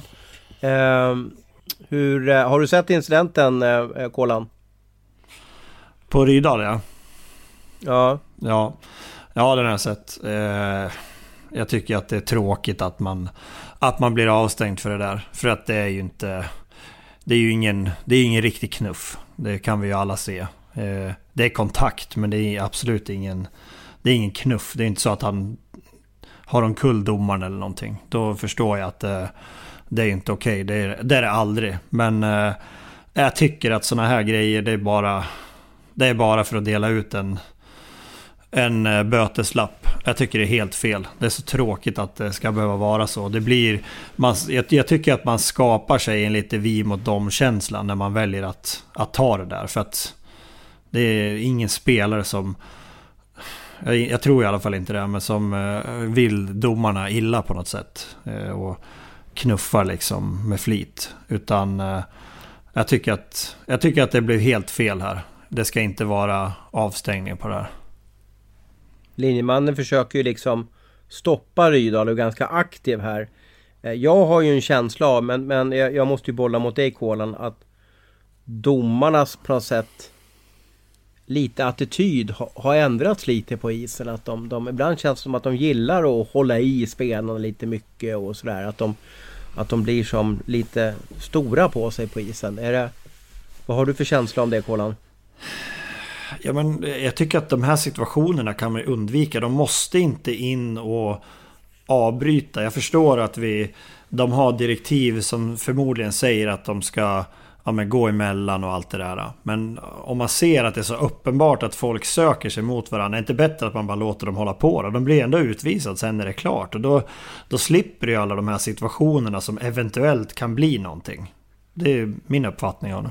Har du sett incidenten, Kolan? På Rydal, ja. Ja. Ja, den har jag sett. Jag tycker att det är tråkigt att man blir avstängd för det där. För att det är ju inte... Det är ju ingen riktig knuff. Det kan vi ju alla se. Det är kontakt, men det är absolut ingen knuff. Det är inte så att han har omkull domaren eller någonting. Då förstår jag att det är inte okej. Det är det aldrig. Men jag tycker att såna här grejer, det är bara för att dela ut en böteslapp. Jag tycker det är helt fel. Det är så tråkigt att det ska behöva vara så. Jag tycker att man skapar sig en lite vi mot dem-känslan när man väljer att ta det där. För att det är ingen spelare som... jag tror i alla fall inte det, men som vill domarna illa på något sätt och knuffar liksom med flit. Utan jag tycker att det blev helt fel här. Det ska inte vara avstängning på det här. Linjemannen försöker ju liksom stoppa Rydahl och är ganska aktiv här. Jag har ju en känsla av, men jag måste ju bolla mot dig, Kolan, att domarnas på något sätt lite attityd har ändrats lite på isen. Att de ibland känns som att de gillar att hålla i spelarna lite mycket och sådär. Att de blir som lite stora på sig på isen. Vad har du för känsla om det, Kolan? Ja, men jag tycker att de här situationerna kan man undvika. De måste inte in och avbryta. Jag förstår att de har direktiv som förmodligen säger att de ska gå emellan och allt det där. Men om man ser att det är så uppenbart att folk söker sig mot varandra, är det inte bättre att man bara låter dem hålla på då? De blir ändå utvisade sen när det är klart. Och då slipper ju alla de här situationerna som eventuellt kan bli någonting. Det är min uppfattning av det.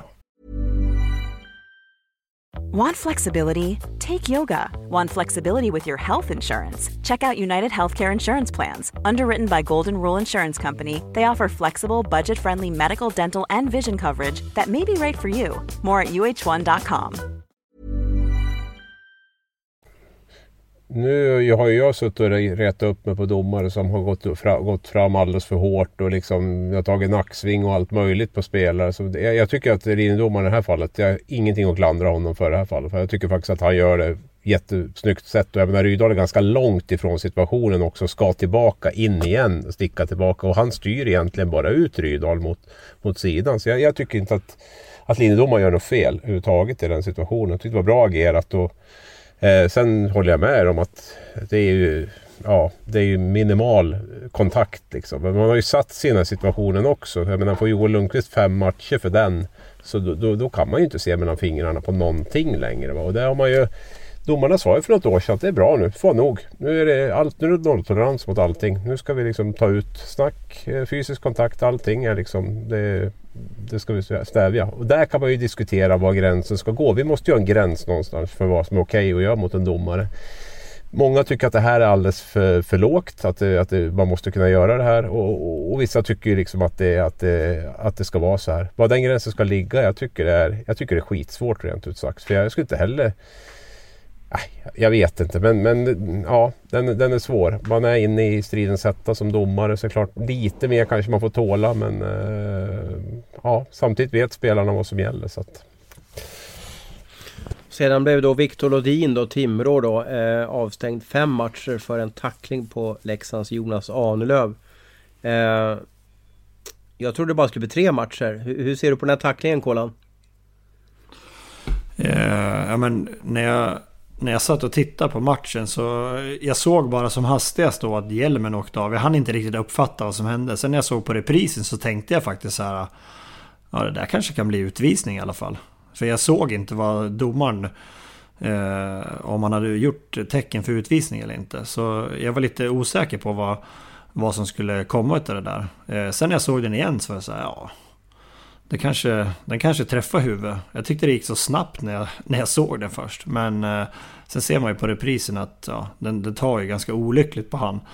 Want flexibility? Take yoga. Want flexibility with your health insurance? Check out United Healthcare Insurance Plans. Underwritten by Golden Rule Insurance Company, they offer flexible, budget-friendly medical, dental, and vision coverage that may be right for you. More at uh1.com. Nu har ju jag suttit och retat upp mig på domare som har gått fram alldeles för hårt och liksom jag har tagit nacksving och allt möjligt på spelare. Så jag tycker att linjedomaren i det här fallet, jag har ingenting att klandra honom för det här fallet. För jag tycker faktiskt att han gör det jättesnyggt sätt. Och även när Rydahl är ganska långt ifrån situationen också, ska tillbaka in igen, sticka tillbaka. Och han styr egentligen bara ut Rydahl mot sidan. Så jag tycker inte att linjedomaren gör något fel överhuvudtaget i den situationen. Jag tycker det var bra agerat och sen håller jag med om att det är ju minimal kontakt liksom. Men man har ju satt sina situationen också. Jag menar, får Joel Lundqvist 5 matcher för den, så då kan man ju inte se mellan fingrarna på någonting längre. Va? Och där har man ju, domarna sa ju för något år sedan att det är bra nu, får nog. Nu är det nolltolerans mot allting. Nu ska vi liksom ta ut snack, fysisk kontakt, allting är liksom det ska vi stävja. Och där kan man ju diskutera var gränsen ska gå. Vi måste ju ha en gräns någonstans för vad som är okej att göra mot en domare. Många tycker att det här är alldeles för lågt, att man måste kunna göra det här. Och vissa tycker ju liksom att det ska vara så här. Var den gränsen ska ligga, jag tycker det är skitsvårt rent ut sagt. För jag skulle inte heller... Jag vet inte, men ja, den är svår. Man är inne i stridens hetta som domare, så är klart lite mer kanske man får tåla, men samtidigt vet spelarna vad som gäller. Så att... Sedan blev då Victor Lodin då, Timrå då, avstängd 5 matcher för en tackling på Leksands Jonas Ahnelöv. Jag trodde det bara skulle bli 3 matcher. Hur ser du på den här tacklingen, Kolan? Men när jag satt och tittade på matchen så jag såg bara som hastigast då att hjälmen åkte av. Jag hann inte riktigt uppfatta vad som hände. Sen när jag såg på reprisen så tänkte jag faktiskt så här, det där kanske kan bli utvisning i alla fall. För jag såg inte vad domaren om han hade gjort tecken för utvisning eller inte. Så jag var lite osäker på vad som skulle komma ut av det där. Sen när jag såg den igen så var jag så här, den kanske träffar huvudet. Jag tyckte det gick så snabbt när jag såg den först. Men sen ser man ju på reprisen att den tar ju ganska olyckligt på han.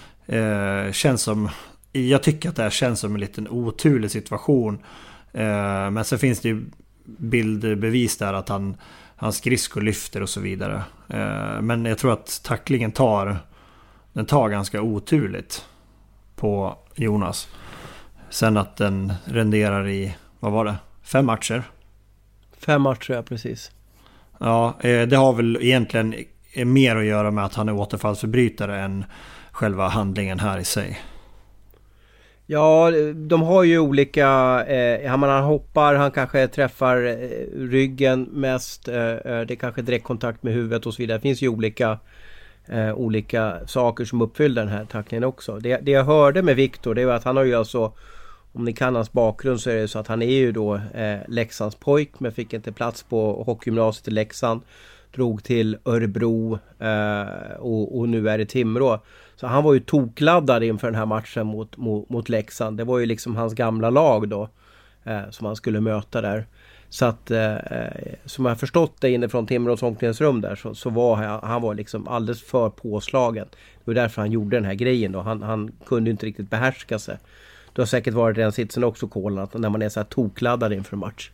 Jag tycker att det här känns som en liten oturlig situation. Men sen finns det ju bildbevis där att han skridskor lyfter och så vidare. Men jag tror att tacklingen tar ganska oturligt på Jonas. Sen att den renderar i, vad var det? 5 matcher? 5 matcher, ja, precis. Ja, det har väl egentligen mer att göra med att han är återfallsförbrytare än själva handlingen här i sig. Ja, de har ju olika... han hoppar, han kanske träffar ryggen mest. Det kanske är direktkontakt med huvudet och så vidare. Det finns ju olika saker som uppfyller den här tacklingen också. Det jag hörde med Victor, det är att han har ju alltså, om ni kan hans bakgrund, så är det så att han är ju då Leksands pojk, men fick inte plats på hockeygymnasiet i Leksand, drog till Örebro och nu är det Timrå. Så han var ju tokladdad inför den här matchen mot Leksand. Det var ju liksom hans gamla lag då som han skulle möta där. Så att som jag har förstått det inifrån Timrås omklädningsrum där så var han var liksom alldeles för påslagen. Det var därför han gjorde den här grejen då. Han kunde inte riktigt behärska sig. Det har säkert varit den sitsen också, Kolan, att när man är så här tokladdad inför en match.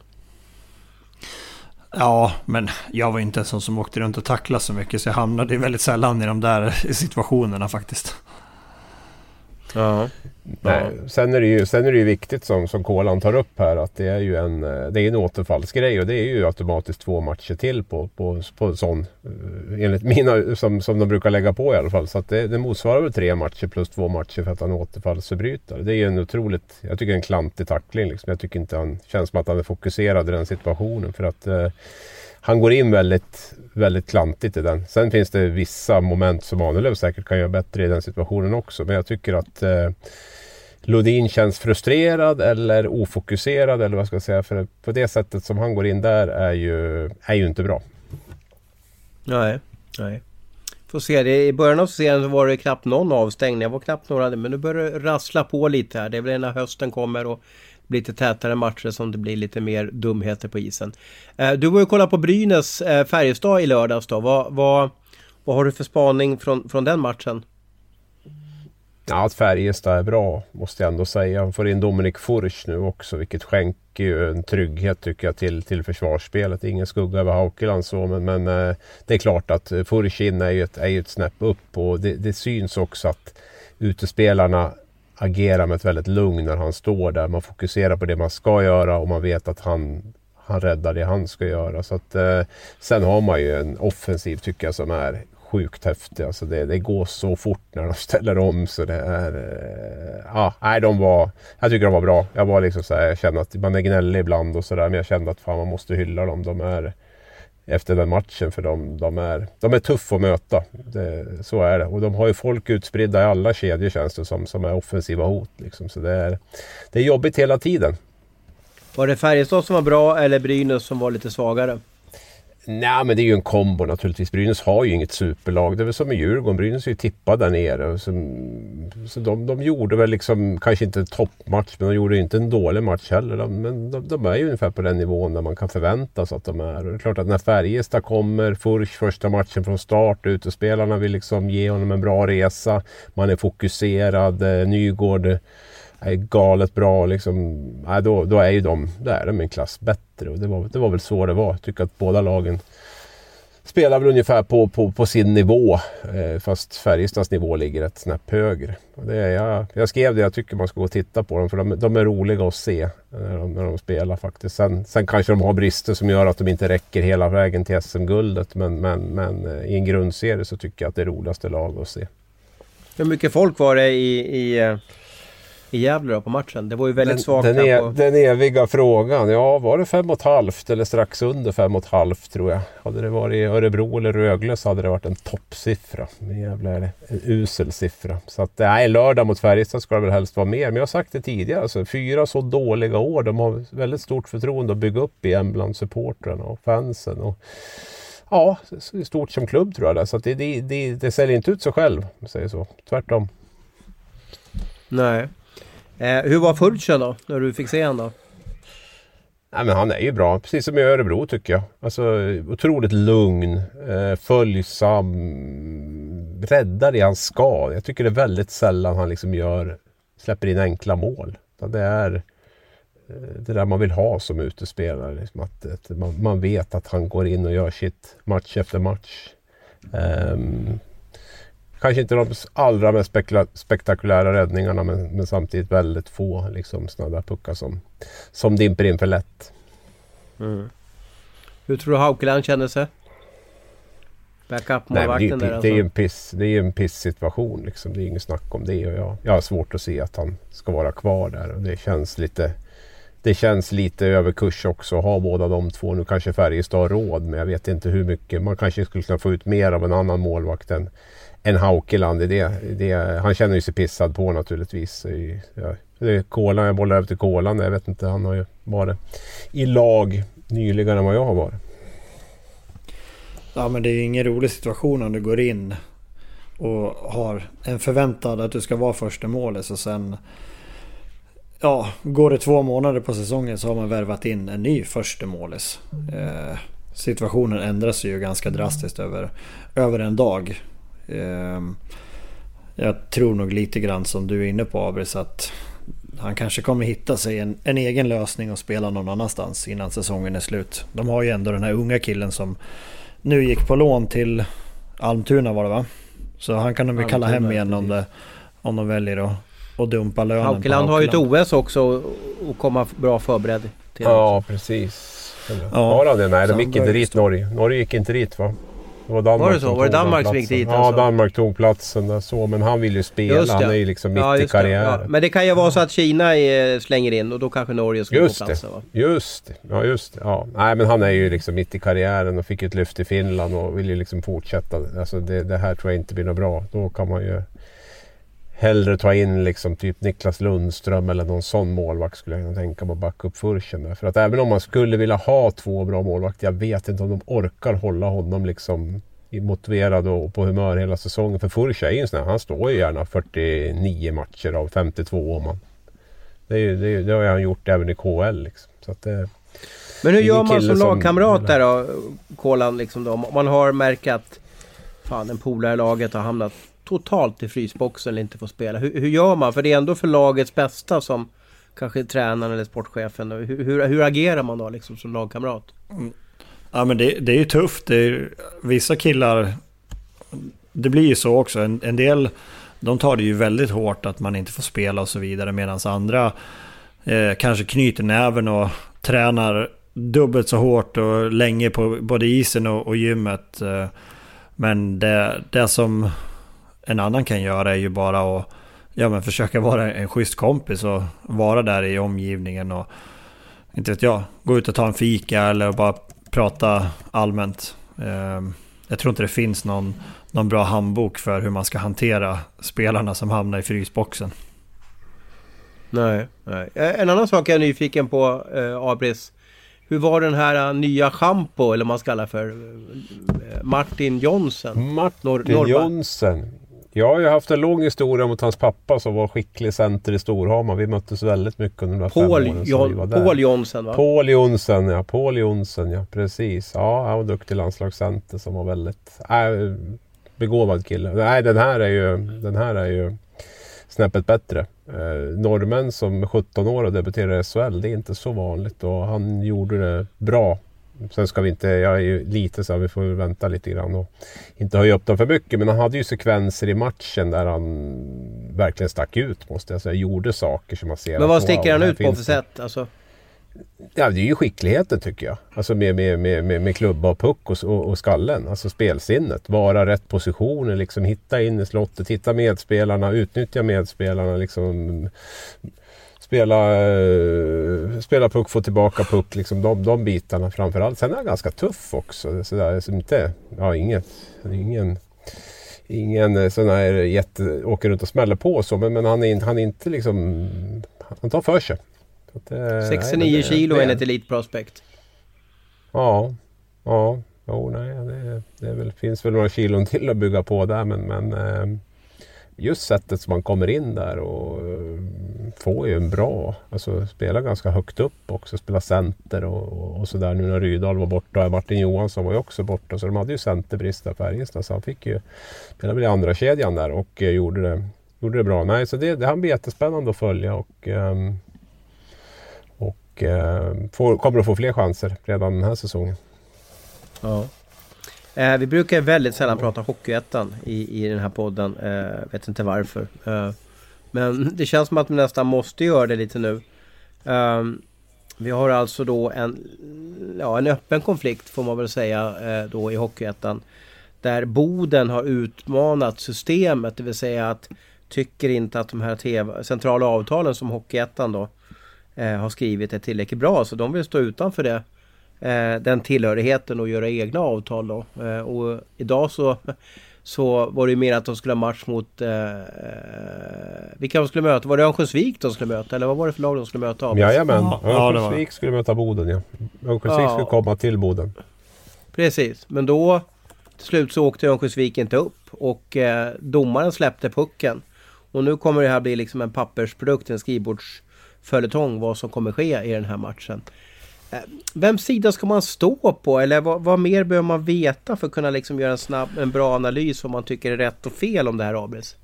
Ja, men jag var inte en sån som åkte runt och tacklade så mycket, så jag hamnade väldigt sällan i de där situationerna faktiskt. Ja. Nej, sen är det ju viktigt som Kolan tar upp här, att det är ju en återfallsgrej, och det är ju automatiskt 2 matcher till på sån, enligt mina som de brukar lägga på i alla fall, så att det motsvarar väl 3 matcher plus 2 matcher för att han återfallsförbrytare. Det är ju en otroligt, jag tycker en klantig tackling liksom. Jag tycker inte han känns som att han är fokuserad i den situationen, för att han går in väldigt, väldigt klantigt i den. Sen finns det vissa moment som Ahnelöv säkert kan göra bättre i den situationen också. Men jag tycker att Lodin känns frustrerad eller ofokuserad, eller vad ska jag säga. För på det sättet som han går in där är ju inte bra. Nej. Får se, i början av serien så var det knappt någon avstängning. Det var knappt några, men nu börjar det rassla på lite här. Det är väl när hösten kommer och blir lite tätare matcher som det blir lite mer dumheter på isen. Du var ju kolla på Brynäs Färjestad i lördags då. Vad har du för spaning från den matchen? Ja, att Färjestad är bra måste jag ändå säga. Han får in Dominik Furch nu också, vilket skänker ju en trygghet tycker jag till försvarsspelet. Ingen skugga över Haukeland så, men det är klart att Furch in är ju ett snäpp upp, och det syns också att utespelarna agerar med ett väldigt lugn när han står där. Man fokuserar på det man ska göra, och man vet att han räddar det han ska göra. Så att, sen har man ju en offensiv tycker jag som är sjukt häftig. Alltså det går så fort när de ställer om, så det är jag tycker de var bra. Jag var liksom så här, jag kände att man är gnällig ibland och sådär, men jag kände att fan man måste hylla dem. De är efter den matchen, för de är tuff att möta. Så är det. Och de har ju folk utspridda i alla kedjor känns det som är offensiva hot liksom. Så det är jobbigt hela tiden. Var det Färjestad som var bra eller Brynäs som var lite svagare? Nej, men det är ju en kombo naturligtvis. Brynäs har ju inget superlag. Det är väl som i Djurgården. Brynäs är ju tippad där nere. Så de gjorde väl liksom, kanske inte en toppmatch, men de gjorde inte en dålig match heller. Men de är ju ungefär på den nivån där man kan förvänta sig att de är. Och det är klart att när Färjestad kommer, Furch första matchen från start, utespelarna vill liksom ge honom en bra resa. Man är fokuserad. Nygård är galet bra liksom. Då är ju de en klass bättre, och det var väl så det var. Jag tycker att båda lagen spelar väl ungefär på sin nivå, fast Färjestads nivå ligger ett snäpp högre. Och jag skrev det, jag tycker man ska gå och titta på dem, för de är roliga att se när de spelar faktiskt. Sen kanske de har brister som gör att de inte räcker hela vägen till SM-guldet, men i en grundserie så tycker jag att det är roligaste lag att se. Hur mycket folk var det i Gävle då på matchen? Det var ju väldigt svagt. Den eviga frågan. Ja, var det 5,5 eller strax under 5,5 tror jag. Hade det varit i Örebro eller Rögle så hade det varit en toppsiffra. Men Gävle är det en usel siffra. Så att lördag mot Färjestad ska det väl helst vara mer. Men jag har sagt det tidigare. Alltså, 4 så dåliga år. De har väldigt stort förtroende att bygga upp igen bland supportrarna och fansen. Och ja, stort som klubb tror jag det. Så att det säljer inte ut sig själv, säger så. Tvärtom. Nej. Hur var Furchen då, när du fick se han då? Nej, men han är ju bra, precis som i Örebro tycker jag. Alltså otroligt lugn, följsam, räddar det han ska. Jag tycker det är väldigt sällan han liksom släpper in enkla mål. Det är det där man vill ha som utespelare. Liksom att man vet att han går in och gör sitt match efter match. Kanske inte de allra mest spektakulära räddningarna, men samtidigt väldigt få liksom, sådana där puckar som dimper in för lätt. Mm. Hur tror du Haukeland känner sig? Backup-målvakten där alltså. Det är ju en piss-situation liksom. Det är inget snack om det, och jag har svårt att se att han ska vara kvar där, och det känns lite överkurs också att ha båda de två. Nu kanske Färjestad har råd, men jag vet inte hur mycket. Man kanske skulle kunna få ut mer av en annan målvakt än Haukeland i det. Han känner ju sig pissad på naturligtvis. Det är Kolan, jag bollar över till Kolan. Jag vet inte, han har ju varit i lag nyligen än vad jag har varit. Ja, men det är ju ingen rolig situation om du går in och har en förväntad att du ska vara första målet, och sen går det 2 månader på säsongen så har man värvat in en ny första målis. Situationen ändras ju ganska drastiskt över en dag. Jag tror nog lite grann som du är inne på, Abris, att han kanske kommer hitta sig en egen lösning och spela någon annanstans innan säsongen är slut. De har ju ändå den här unga killen som nu gick på lån till Almtuna, var det va? Så han kan de väl kalla hem igen om de väljer att dumpa lönen. Haukeland har ju ett OS också och komma bra förberedd till. Ja, precis. Har han det? Nej, de gick inte dit, Norge. Norge gick inte dit, va? Det var Danmark. Var det så? Var det Danmark som gick dit? Ja, alltså? Danmark tog platsen där, så, men han vill ju spela. Han är ju liksom mitt i karriären. Ja. Men det kan ju vara så att Kina slänger in och då kanske Norge skulle få platsen, va? Just det. Ja. Nej, men han är ju liksom mitt i karriären och fick ett lyft i Finland och vill ju liksom fortsätta. Alltså det här tror jag inte blir något bra. Då kan man ju hellre ta in liksom typ Niklas Lundström eller någon sån målvakt, skulle jag tänka på, att backa upp Furchen där. För att även om man skulle vilja ha 2 bra målvakter, jag vet inte om de orkar hålla honom liksom motiverad och på humör hela säsongen. För Furchen är ju en sån här, han står ju gärna 49 matcher av 52 om man. Det har han gjort även i KL liksom. Så att men hur gör man som lagkamrat där då, Kolan, liksom då? Om man har märkt att fan, en polare i laget har hamnat totalt i frysboxen eller inte får spela. Hur gör man? För det är ändå för lagets bästa som kanske tränaren eller sportchefen. Hur agerar man då liksom som lagkamrat? Ja, men det är ju tufft. Vissa killar, det blir ju så också. En del, de tar det ju väldigt hårt att man inte får spela och så vidare, medan andra kanske knyter näven och tränar dubbelt så hårt och länge på både isen och gymmet. Men det som en annan kan göra är ju bara att försöka vara en schysst kompis och vara där i omgivningen och inte vet jag, gå ut och ta en fika eller bara prata allmänt. Jag tror inte det finns någon bra handbok för hur man ska hantera spelarna som hamnar i frysboxen. Nej. En annan sak jag är nyfiken på, Abris. Hur var den här nya shampoo, eller man ska kalla för Martin Jonsson? Jonsson. Jag har ju haft en lång historia mot hans pappa som var skicklig center i Storhamar. Vi möttes väldigt mycket under de här 5 åren som vi var där. Paul Jonsson, va? Paul Jonsson, ja. Precis. Ja, han var duktig landslagscenter som var väldigt begåvad kille. Nej, den här är ju snäppet bättre. Norrmän som 17 år och debuterar i SHL, det är inte så vanligt och han gjorde det bra. Sen ska vi inte, jag är ju lite så här, vi får vänta lite grann och inte höja upp dem för mycket, men han hade ju sekvenser i matchen där han verkligen stack ut, måste jag säga, gjorde saker som man ser. Men vad sticker han ut på för sätt? Alltså? Ja, det är ju skickligheten tycker jag. Alltså med klubba och puck och skallen. Alltså spelsinnet. Vara rätt positioner, liksom hitta in i slottet, hitta medspelarna, utnyttja medspelarna, liksom spela puck, få tillbaka puck, liksom de bitarna framförallt. Sen är han ganska tuff också. Så där, som inte, ja, ingen sån här åker runt och smäller på så, men han är inte liksom, han tar för sig. 69 kilo enligt Elite Prospect. Ja. Det finns väl några kilon till att bygga på där, men just sättet som man kommer in där och får ju en bra, alltså spela ganska högt upp också, spela center och så där. Nu när Rydal var borta, Martin Johansson var ju också borta, så de hade ju centerbrist där Färjestad, så han fick ju spela väl i andra kedjan där och gjorde det bra. Nej, så det han blir jättespännande att följa och kommer att få fler chanser redan den här säsongen. Ja. Vi brukar väldigt sällan prata Hockeyettan i den här podden. Vet inte varför. Men det känns som att vi nästan måste göra det lite nu. Vi har alltså då en öppen konflikt, får man väl säga, då i Hockeyettan. Där Boden har utmanat systemet. Det vill säga att tycker inte att de här centrala avtalen som Hockeyettan då har skrivit är tillräckligt bra. Så de vill stå utanför det. Den tillhörigheten och göra egna avtal då. Och idag så var det ju mer att de skulle ha match mot vilka de skulle möta. Var det Örnsköldsvik de skulle möta? Eller vad var det för lag de skulle möta? Jajamän, Örnsköldsvik skulle möta Boden, ja. Örnsköldsvik skulle komma till Boden. Precis, men då till slut så åkte Örnsköldsvik inte upp. Och domaren släppte pucken. Och nu kommer det här bli liksom en pappersprodukt, en skrivbords följetong vad som kommer ske i den här matchen. Vem sida ska man stå på? Eller vad mer behöver man veta för att kunna liksom göra en bra analys vad man tycker är rätt och fel om det här, Abris?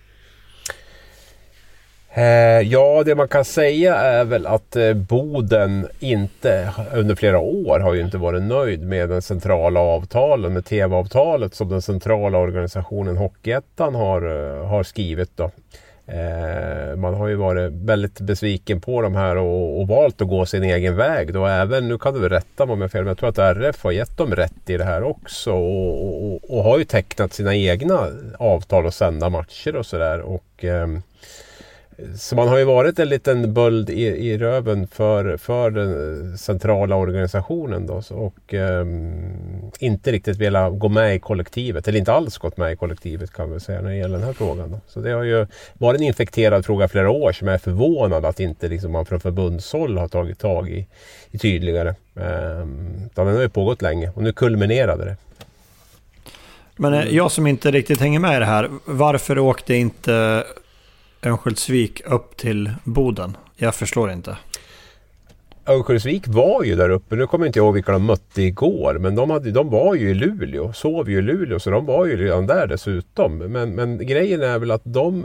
Ja, det man kan säga är väl att Boden inte under flera år har ju inte varit nöjd med den centrala avtalen, med tv-avtalet som den centrala organisationen Hockeyettan har skrivit då. Man har ju varit väldigt besviken på de här och valt att gå sin egen väg då. Även, nu kan du väl rätta mig om jag fel, men jag tror att RF har gett dem rätt i det här också och har ju tecknat sina egna avtal och sända matcher och sådär. Så man har ju varit en liten böld i röven för den centrala organisationen då, och inte riktigt velat gå med i kollektivet, eller inte alls gått med i kollektivet kan vi säga när det gäller den här frågan då. Så det har ju varit en infekterad fråga flera år som jag är förvånad att inte liksom man från förbundshåll har tagit tag i tydligare. Den har ju pågått länge och nu kulminerade det. Men jag som inte riktigt hänger med i det här, varför åkte inte Örnsköldsvik upp till Boden? Jag förstår inte. Örnsköldsvik var ju där uppe. Nu kommer jag inte ihåg vilka de mötte igår. Men de var ju i Luleå. Sov ju i Luleå. Så de var ju redan där dessutom. Men grejen är väl att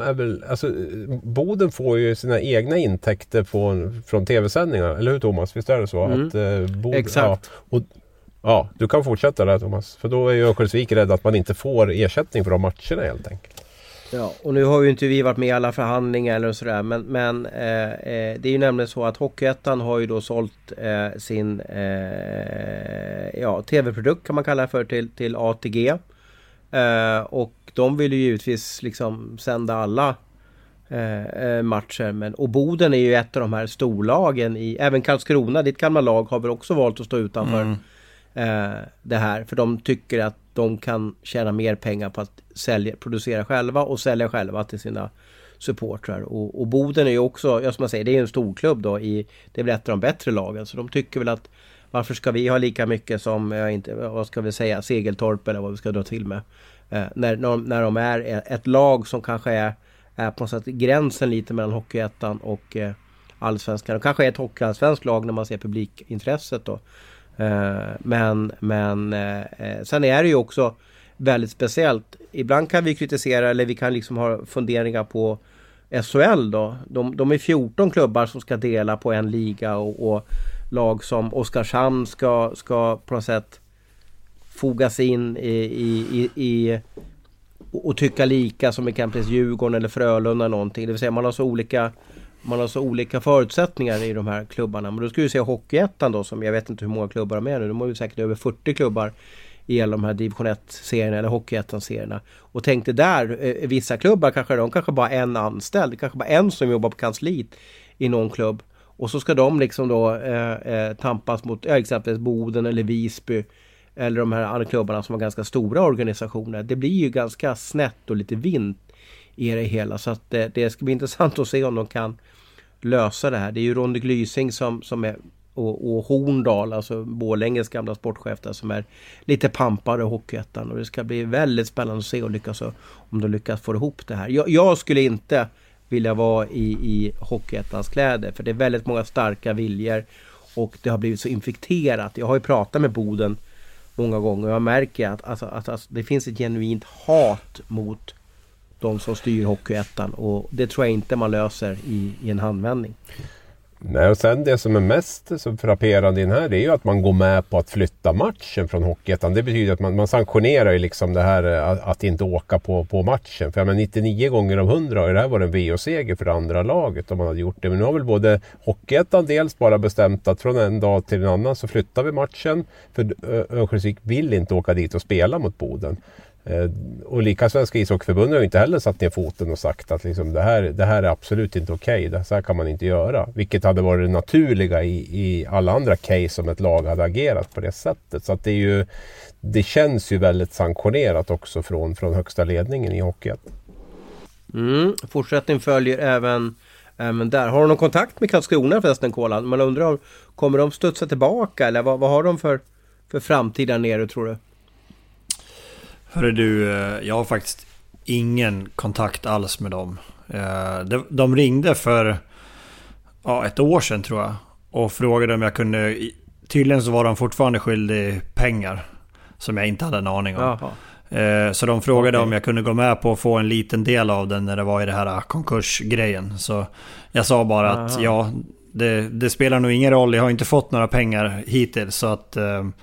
Boden får ju sina egna intäkter från tv-sändningar. Eller hur, Thomas? Visst är det så? Att, exakt. Ja, du kan fortsätta där, Thomas. För då är ju Örnsköldsvik rädd att man inte får ersättning för de matcherna helt enkelt. Ja, och nu har ju inte vi varit med i alla förhandlingar eller sådär, men det är ju nämligen så att Hockeyettan har ju då sålt sin tv-produkt kan man kalla det för till ATG, och de vill ju givetvis liksom sända alla matcher, och Boden är ju ett av de här storlagen även Karlskrona, ditt gamla lag, har väl också valt att stå utanför det här, för de tycker att de kan tjäna mer pengar på att producera själva och sälja själva till sina supportrar. Och Boden är ju också, som man säger, det är en storklubb då, det är väl ett av de bättre lagen, så de tycker väl att varför ska vi ha lika mycket som, vad ska vi säga, Segeltorp eller vad vi ska dra till med, när de är ett lag som kanske är på något sätt gränsen lite mellan Hockeyettan och Allsvenskan, och kanske är ett hockeyallsvenskt lag när man ser publikintresset då. Men sen är det ju också väldigt speciellt. Ibland kan vi kritisera, eller vi kan liksom ha funderingar på SHL då. De är 14 klubbar som ska dela på en liga, och lag som Oskarshamn ska på något sätt fogas in i och tycka lika som exempelvis Djurgården eller Frölunda någonting. Det vill säga man har så olika förutsättningar i de här klubbarna. Men då ska vi se Hockeyettan då, som jag vet inte hur många klubbar de är nu. De har ju säkert över 40 klubbar i alla de här division 1-serierna eller Hockeyettan-serierna. Och tänkte där, vissa klubbar kanske bara en anställd, kanske bara en som jobbar på kansliet i någon klubb. Och så ska de liksom då tampas mot exempelvis Boden eller Visby eller de här andra klubbarna som har ganska stora organisationer. Det blir ju ganska snett och lite vint i det hela, så att det ska bli intressant att se om de kan lösa det här. Det är ju Ronny Glysing som är och Horndal, alltså Borlänges gamla sportchef där, som är lite pampare i Hockeyettan, och det ska bli väldigt spännande att se om de lyckas få ihop det här. Jag skulle inte vilja vara i Hockeyettans kläder, för det är väldigt många starka viljor och det har blivit så infekterat. Jag har ju pratat med Boden många gånger och jag märker att det finns ett genuint hat mot de som styr Hockeyettan, och det tror jag inte man löser i en handvändning. Nej, och sen det som är mest så frapperande i den här, det är ju att man går med på att flytta matchen från Hockeyettan. Det betyder att man sanktionerar ju liksom det här att inte åka på matchen. För 99 gånger av 100 har det här varit en VO-seger för det andra laget om man hade gjort det. Men nu har väl både Hockeyettan dels bara bestämt att från en dag till en annan så flyttar vi matchen. För Örnsköldsvik vill inte åka dit och spela mot Boden. Och lika Svenska ishockeyförbundet har ju inte heller satt ner foten och sagt att liksom det här är absolut inte okej. Så här kan man inte göra. Vilket hade varit det naturliga i alla andra case som ett lag hade agerat på det sättet. Så att det känns ju väldigt sanktionerat också från högsta ledningen i hockey. Fortsättning följer även där. Har du någon kontakt med Karlskrona förresten, Kolan? Man undrar, kommer de studsa tillbaka eller vad har de för framtid där nere, tror du? Hörru du, jag har faktiskt ingen kontakt alls med dem. De ringde för ett år sedan tror jag. Och frågade om jag kunde... Tydligen så var de fortfarande skyldig pengar som jag inte hade en aning om. Så de frågade om jag kunde gå med på att få en liten del av den när det var i det här konkursgrejen. Så jag sa bara att det spelar nog ingen roll. Jag har inte fått några pengar hittills, så att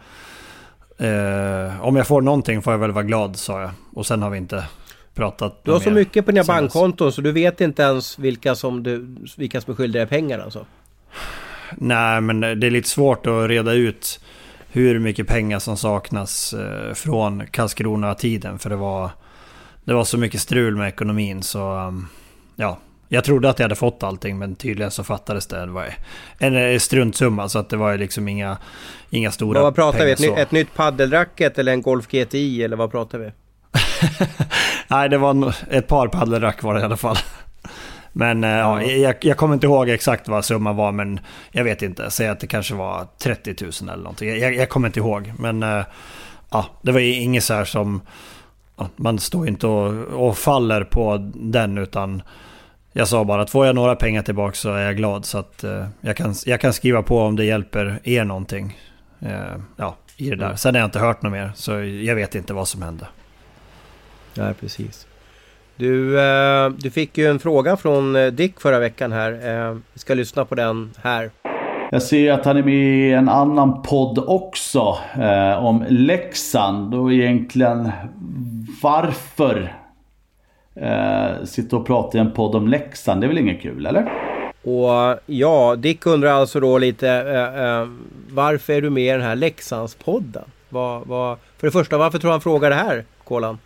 om jag får någonting får jag väl vara glad, sa jag. Och sen har vi inte pratat. Du har så mycket på dina bankkonton så du vet inte ens vilka som är skyldiga pengar alltså? Nej, men det är lite svårt att reda ut hur mycket pengar som saknas från Karlskrona-tiden, för det var så mycket strul med ekonomin, så jag trodde att jag hade fått allting, men tydligen så fattades det. Det var en struntsumma, så att det var liksom inga stora. Vad pratar vi? Så. Ett nytt paddelracket eller en Golf GTI, eller vad pratar vi? Nej, det var ett par paddelrack var det i alla fall. Men jag kommer inte ihåg exakt vad summan var, men jag vet inte. Säg att det kanske var 30 000 eller någonting. Jag kommer inte ihåg. Men det var inget så här som... man står inte och faller på den, utan jag sa bara att får jag några pengar tillbaka så är jag glad. Så att jag kan skriva på om det hjälper er någonting i det där. Sen har jag inte hört något mer, så jag vet inte vad som hände. Ja, precis. Du fick ju en fråga från Dick förra veckan här. Vi ska lyssna på den här. Jag ser att han är med i en annan podd också om Leksand. Och egentligen varför sitta och prata i en podd om Leksand? Det är väl inget kul, eller? Och Dick undrar alltså då lite varför är du med i den här Leksandspodden? För det första, varför tror han frågar det här, Kolan?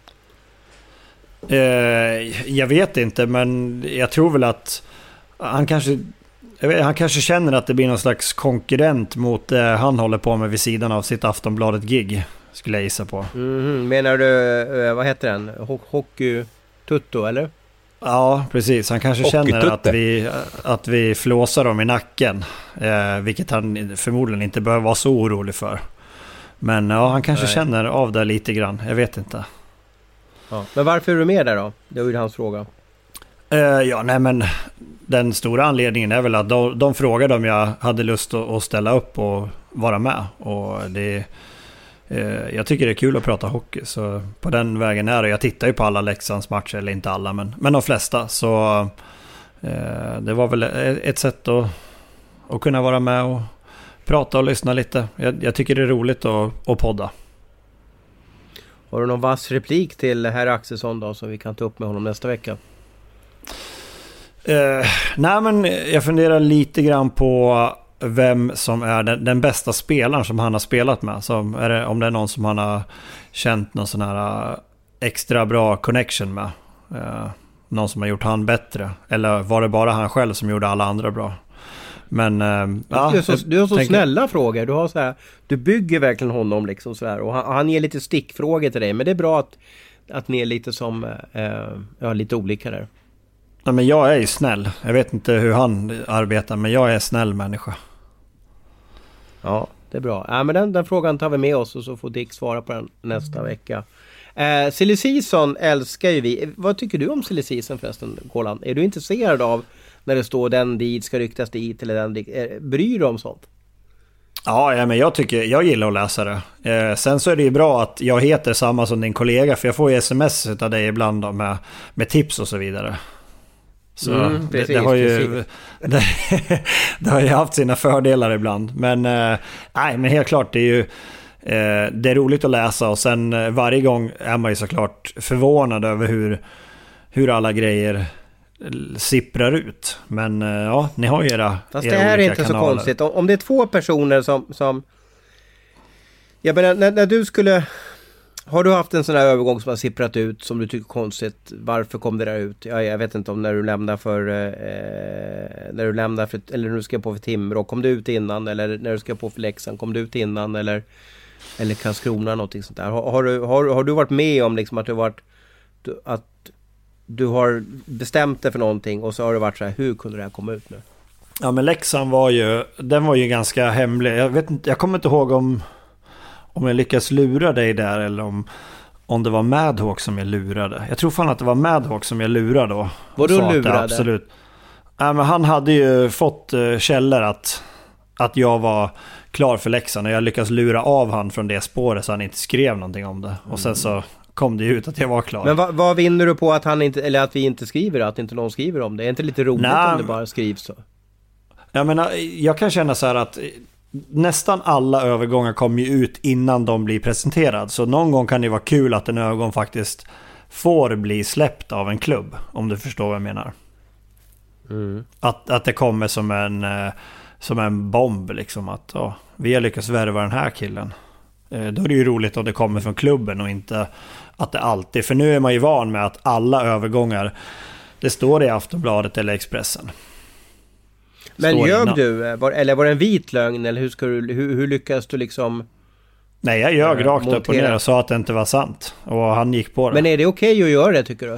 Jag vet inte, men jag tror väl att han kanske känner att det blir någon slags konkurrent mot det han håller på med vid sidan av sitt Aftonbladet-gig, skulle jag gissa på. Menar du, vad heter den? Hockey-tutto, eller? Ja, precis. Han kanske känner att vi flåsar dem i nacken, vilket han förmodligen inte behöver vara så orolig för. Men han kanske känner av det lite grann, jag vet inte. Ja. Men varför är du med där då? Det var ju hans fråga. Men den stora anledningen är väl att de frågade om jag hade lust att ställa upp och vara med. Och jag tycker det är kul att prata hockey, så på den vägen är det. Jag tittar ju på alla Leksands matcher, eller inte alla, men de flesta. Så det var väl ett sätt att kunna vara med och prata och lyssna lite. Jag tycker det är roligt att podda. Har du någon vass replik till herr Axelsson då, som vi kan ta upp med honom nästa vecka? Nej, men jag funderar lite grann på vem som är den bästa spelaren som han har spelat med. Om det är någon som han har känt någon sån här extra bra connection med. Någon som har gjort han bättre. Eller var det bara han själv som gjorde alla andra bra? Men du har så snälla frågor. Du har så här, du bygger verkligen honom liksom så här, och han ger lite stickfrågor till dig, men det är bra att ni är lite som lite olika där. Ja, men jag är ju snäll. Jag vet inte hur han arbetar, men jag är snäll människa. Ja, det är bra. Ja, men den frågan tar vi med oss, och så får Dick svara på den nästa vecka. Silly season älskar ju vi. Vad tycker du om silly season förresten, Kolan? Är du intresserad av när det står den dit ska ryktas dit eller den dit? Bryr du om sånt? Ja, men jag gillar att läsa det. Sen så är det ju bra att jag heter samma som din kollega, för jag får ju sms av dig ibland då, med tips och så vidare. Så precis, det har ju det har ju haft sina fördelar ibland. Men helt klart, det är ju det är roligt att läsa, och sen varje gång är man ju såklart förvånad över hur alla grejer sipprar ut. Men ni har ju era fast det här är inte kanaler. Så konstigt. Om det är två personer som jag menar, när du skulle... Har du haft en sån här övergång som har sipprat ut som du tycker är konstigt? Varför kom det där ut? Jag vet inte om när du lämnar för eller när du ska på för Timrå, kom du ut innan, eller när du ska på för Leksand, kom du ut innan, eller Karlskrona, någonting sånt där. Har du varit med om liksom att du har bestämt dig för någonting, och så har det varit så här, hur kunde det här komma ut nu? Ja, men Leksand var ju ganska hemlig. Jag kommer inte ihåg om jag lyckas lura dig där, eller om det var Madhawk som jag lurade. Jag tror fan att det var Madhawk som jag lurade då. Vadå lurade? Absolut. men han hade ju fått källor att jag var klar för Leksand, och jag lyckades lura av han från det spåret så han inte skrev någonting om det. Och sen så kom det ut att jag var klar. Men vad vinner du på att han inte, eller att vi inte skriver, att inte någon skriver om det? Är inte lite roligt om det bara skrivs så? Jag menar, jag kan känna så här att nästan alla övergångar kommer ju ut innan de blir presenterad. Så någon gång kan det vara kul att en övergång faktiskt får bli släppt av en klubb, om du förstår vad jag menar. Att det kommer som en bomb liksom, att vi har lyckats värva den här killen. Då är det ju roligt om det kommer från klubben och inte att det alltid, för nu är man ju van med att alla övergångar, det står i Aftonbladet eller Expressen. Men ljög du? Eller var det en vit lögn? Eller hur lyckas du liksom... Nej, jag ljög rakt upp och ner och sa att det inte var sant. Och han gick på det. Men är det okej att göra det, tycker du?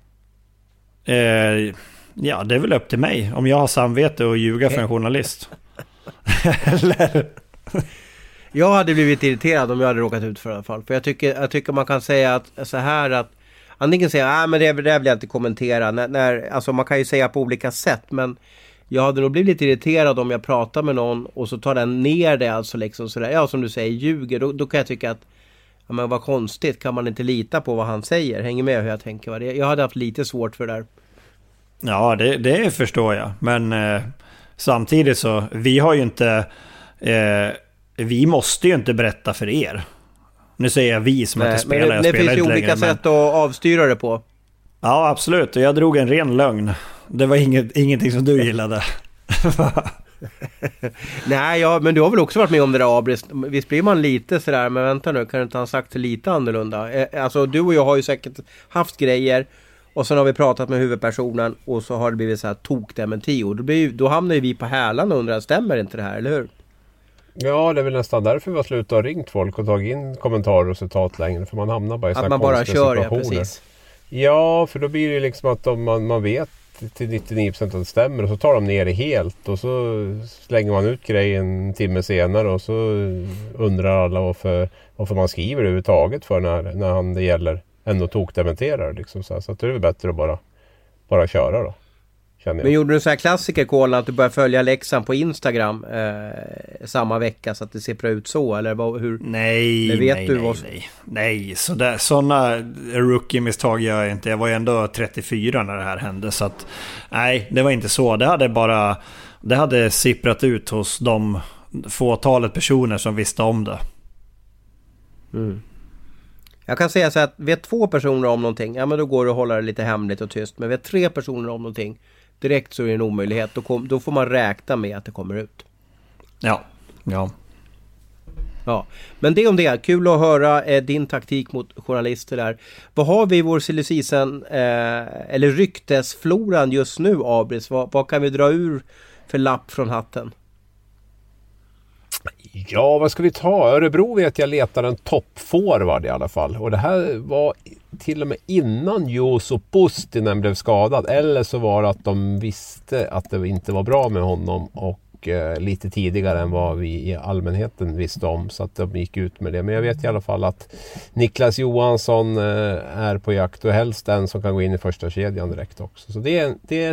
Ja, det är väl upp till mig. Om jag har samvete och ljuga för en journalist. Eller... Jag hade blivit irriterad om jag hade råkat ut för det i alla fall. För jag tycker man kan säga att så här att... Antingen säga, men det vill jag inte kommentera. Alltså man kan ju säga på olika sätt, men... Jag hade nog blivit lite irriterad om jag pratar med någon och så tar den ner det, alltså liksom sådär. Ja, som du säger, ljuger. Då kan jag tycka att, ja, men vad konstigt, kan man inte lita på vad han säger? Hänger med hur jag tänker, va? Jag hade haft lite svårt för det där. Ja, det förstår jag. Men samtidigt så, vi har ju inte... vi måste ju inte berätta för er. Nu säger jag vi som inte spelar. Men det finns ju olika sätt att avstyra det på. Ja, absolut. Och jag drog en ren lögn. Det var ingenting som du gillade. Nej, men du har väl också varit med om det där, Abris. Visst blir man lite sådär, men vänta nu, kan du inte ha sagt det lite annorlunda? Alltså du och jag har ju säkert haft grejer, och sen har vi pratat med huvudpersonen, och så har det blivit så här tokdementi, och då hamnar ju vi på hälan och undrar, stämmer inte det här, eller hur? Ja, det är väl nästan därför vi har slutat ha ringt folk och tagit in kommentarer och citat längre, för man hamnar bara i så här konstiga situationer. Att man bara kör, ja, precis. Ja, för då blir det liksom att man vet till 99% att det stämmer, och så tar de ner det helt, och så slänger man ut grejen en timme senare, och så undrar alla varför man skriver det överhuvudtaget för när han det gäller ändå tokdementerar liksom, så att det är väl bättre att bara köra då. Men gjorde du så här klassiker, Kolan, att du började följa Leksand på Instagram samma vecka så att det ser ut så, eller hur? Nej, sådana rookie-misstag gör jag inte. Jag var ju ändå 34 när det här hände, så att nej, det var inte så. Det hade sipprat ut hos de fåtalet personer som visste om det. Jag kan säga så att vet 2 personer om någonting, ja, men då går det att hålla det lite hemligt och tyst. Men vet 3 personer om någonting, direkt så är det en omöjlighet. Då får man räkna med att det kommer ut. Ja. Men det om det. Kul att höra din taktik mot journalister där. Vad har vi i vår silly season, eller ryktesfloran just nu, Abris? Vad kan vi dra ur för lapp från hatten? Ja, vad ska vi ta? Örebro vet jag letar en toppforward i alla fall. Och det här var till och med innan Juuso Puustinen blev skadad. Eller så var det att de visste att det inte var bra med honom, och lite tidigare än vad vi i allmänheten visste om. Så att de gick ut med det. Men jag vet i alla fall att Niklas Johansson är på jakt, och helst den som kan gå in i första kedjan direkt också. Så det är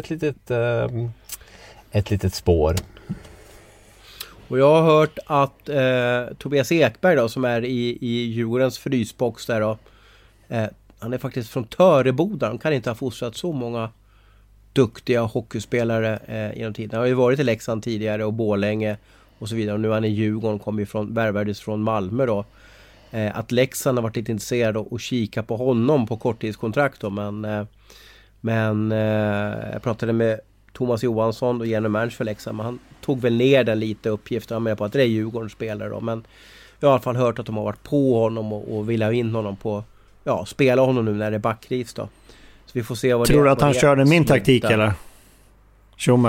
ett litet spår. Och jag har hört att Tobias Ekberg då, som är i Djurgårdens frysbox där då, han är faktiskt från Töreboda. Han kan inte ha fostrat så många duktiga hockeyspelare genom tiden. Han har ju varit i Leksand tidigare och Borlänge och så vidare. Och nu är han i Djurgården, kommer ju värvades från Malmö då. Att Leksand har varit lite intresserad och kika på honom på korttidskontrakt då. Men jag pratade med Thomas Johansson och Jenny Merns för Leksand, men han tog väl ner den lite uppgiften med på att det är Djurgårdens spelare då. Men jag har i alla fall hört att de har varit på honom och vill ha in honom på, spela honom nu när det är backkris då. Så vi får se vad. Tror du att han körde min taktik eller? Tjomme.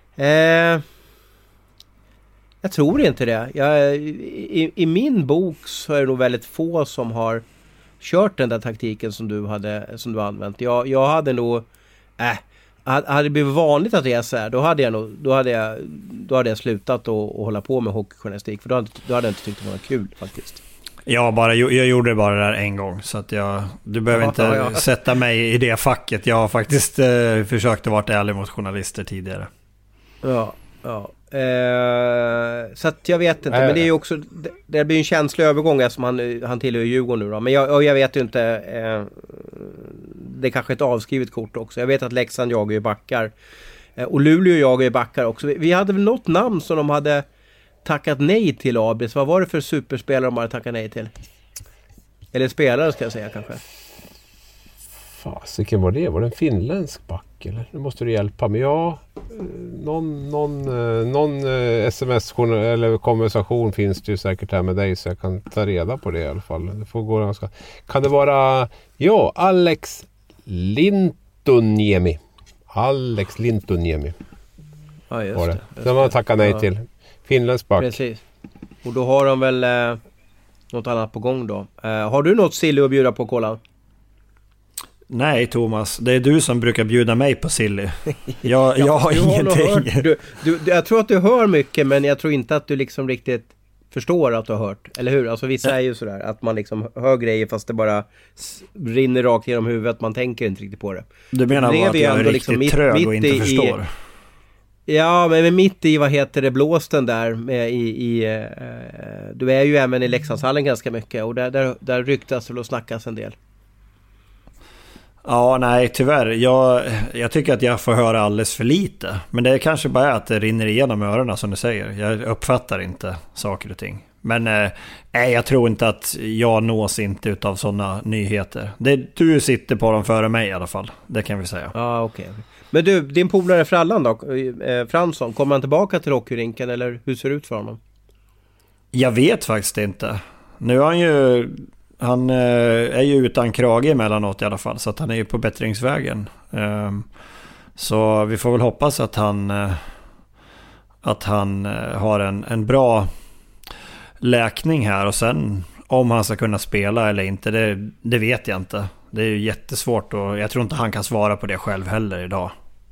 Jag tror inte det. I min bok så är det nog väldigt få som har kört den där taktiken som du har använt. Jag hade nog hade det blivit vanligt att resa här, då hade jag slutat att hålla på med hockeyjournalistik, för då hade jag inte tyckt det var kul faktiskt. Jag gjorde bara det där en gång. Så att du behöver inte sätta mig i det facket. Jag har faktiskt försökt att vara ärlig mot journalister tidigare. Ja. Så att jag vet inte. Men det är ju också, det blir en känslig övergång eftersom han tillhör Djurgården nu då. Men jag vet ju inte. Det är kanske ett avskrivet kort också. Jag vet att Leksand jagar ju backar. Och Luleå jagar ju backar också. Vi hade väl något namn som de hade tackat nej till, Abris. Vad var det för superspelare de hade tackat nej till? Eller spelare ska jag säga kanske. Fasiken var det? Var det en finländsk back eller? Nu måste du hjälpa mig. Ja, någon sms eller konversation finns det ju säkert här med dig, så jag kan ta reda på det i alla fall. Det får gå ganska. Kan det vara Alex Lintuniemi? Ja, just var det. Den har tackat nej till. Finländsk back. Precis. Och då har de väl något annat på gång då. Har du något silly att bjuda på, Kolan? Nej, Thomas. Det är du som brukar bjuda mig på silly. Jag har ingenting. Jag tror att du hör mycket, men jag tror inte att du liksom riktigt förstår att du har hört. Eller hur? Alltså vissa är ju sådär att man liksom hör grejer fast det bara rinner rakt genom huvudet. Man tänker inte riktigt på det. Du menar bara att jag är riktigt liksom trög och inte förstår? Ja, men mitt i, blåsten där du är ju även i Leksandshallen ganska mycket, och där ryktas och snackas en del. Ja, nej, tyvärr. Jag tycker att jag får höra alldeles för lite. Men det är kanske bara att det rinner igenom öronen, som du säger. Jag uppfattar inte saker och ting. Men jag tror inte att jag nås inte utav sådana nyheter. Du sitter på dem före mig i alla fall. Det kan vi säga. Ja, okej. Men du, din polare Frallan då, Fransson, kommer han tillbaka till hockeyrinken eller hur ser det ut för honom? Jag vet faktiskt inte. Nu är han är ju utan krage emellanåt i alla fall, så att han är ju på bättringsvägen. Så vi får väl hoppas att han har en bra läkning här, och sen om han ska kunna spela eller inte, det vet jag inte. Det är ju jättesvårt, och jag tror inte han kan svara på det själv heller idag.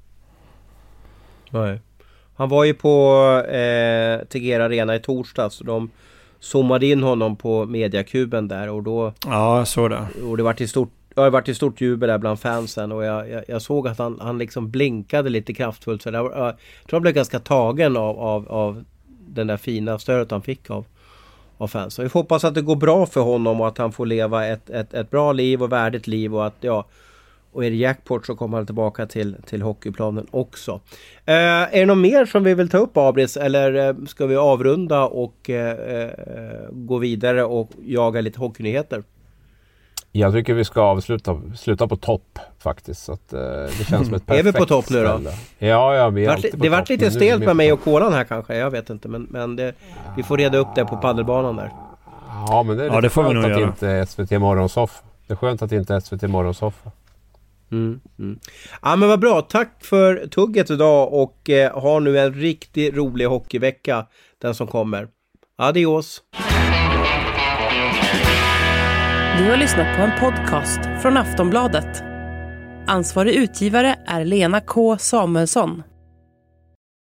Nej. Han var ju på Tegera Arena i torsdags, och de zoomade in honom på mediakuben där, och då... Ja, så det. Och det har varit ett stort jubel där bland fansen, och jag såg att han liksom blinkade lite kraftfullt, så jag tror han blev ganska tagen av den där fina stödet han fick av fans. Så vi hoppas att det går bra för honom och att han får leva ett bra liv och värdigt liv, och att och är det jackpot så kommer han tillbaka till hockeyplanen också. Är det något mer som vi vill ta upp, Abris, eller ska vi avrunda och gå vidare och jaga lite hockeynyheter? Jag tycker vi ska sluta på topp faktiskt, så att det känns som ett perfekt. Är vi på topp nu då? Ja, vi är alltid på topp. Det vart lite stelt med mig och Kolan här kanske, jag vet inte, men vi får reda upp det på paddelbanan där. Ja, men det är det får vi nog göra. Inte SVT Morgonsoffa. Det är skönt att inte SVT Morgonsoffa. Ja, men vad bra, tack för tugget idag, och ha nu en riktigt rolig hockeyvecka den som kommer. Adios. Du har lyssnat på en podcast från Aftonbladet. Ansvarig utgivare är Lena K. Samuelsson.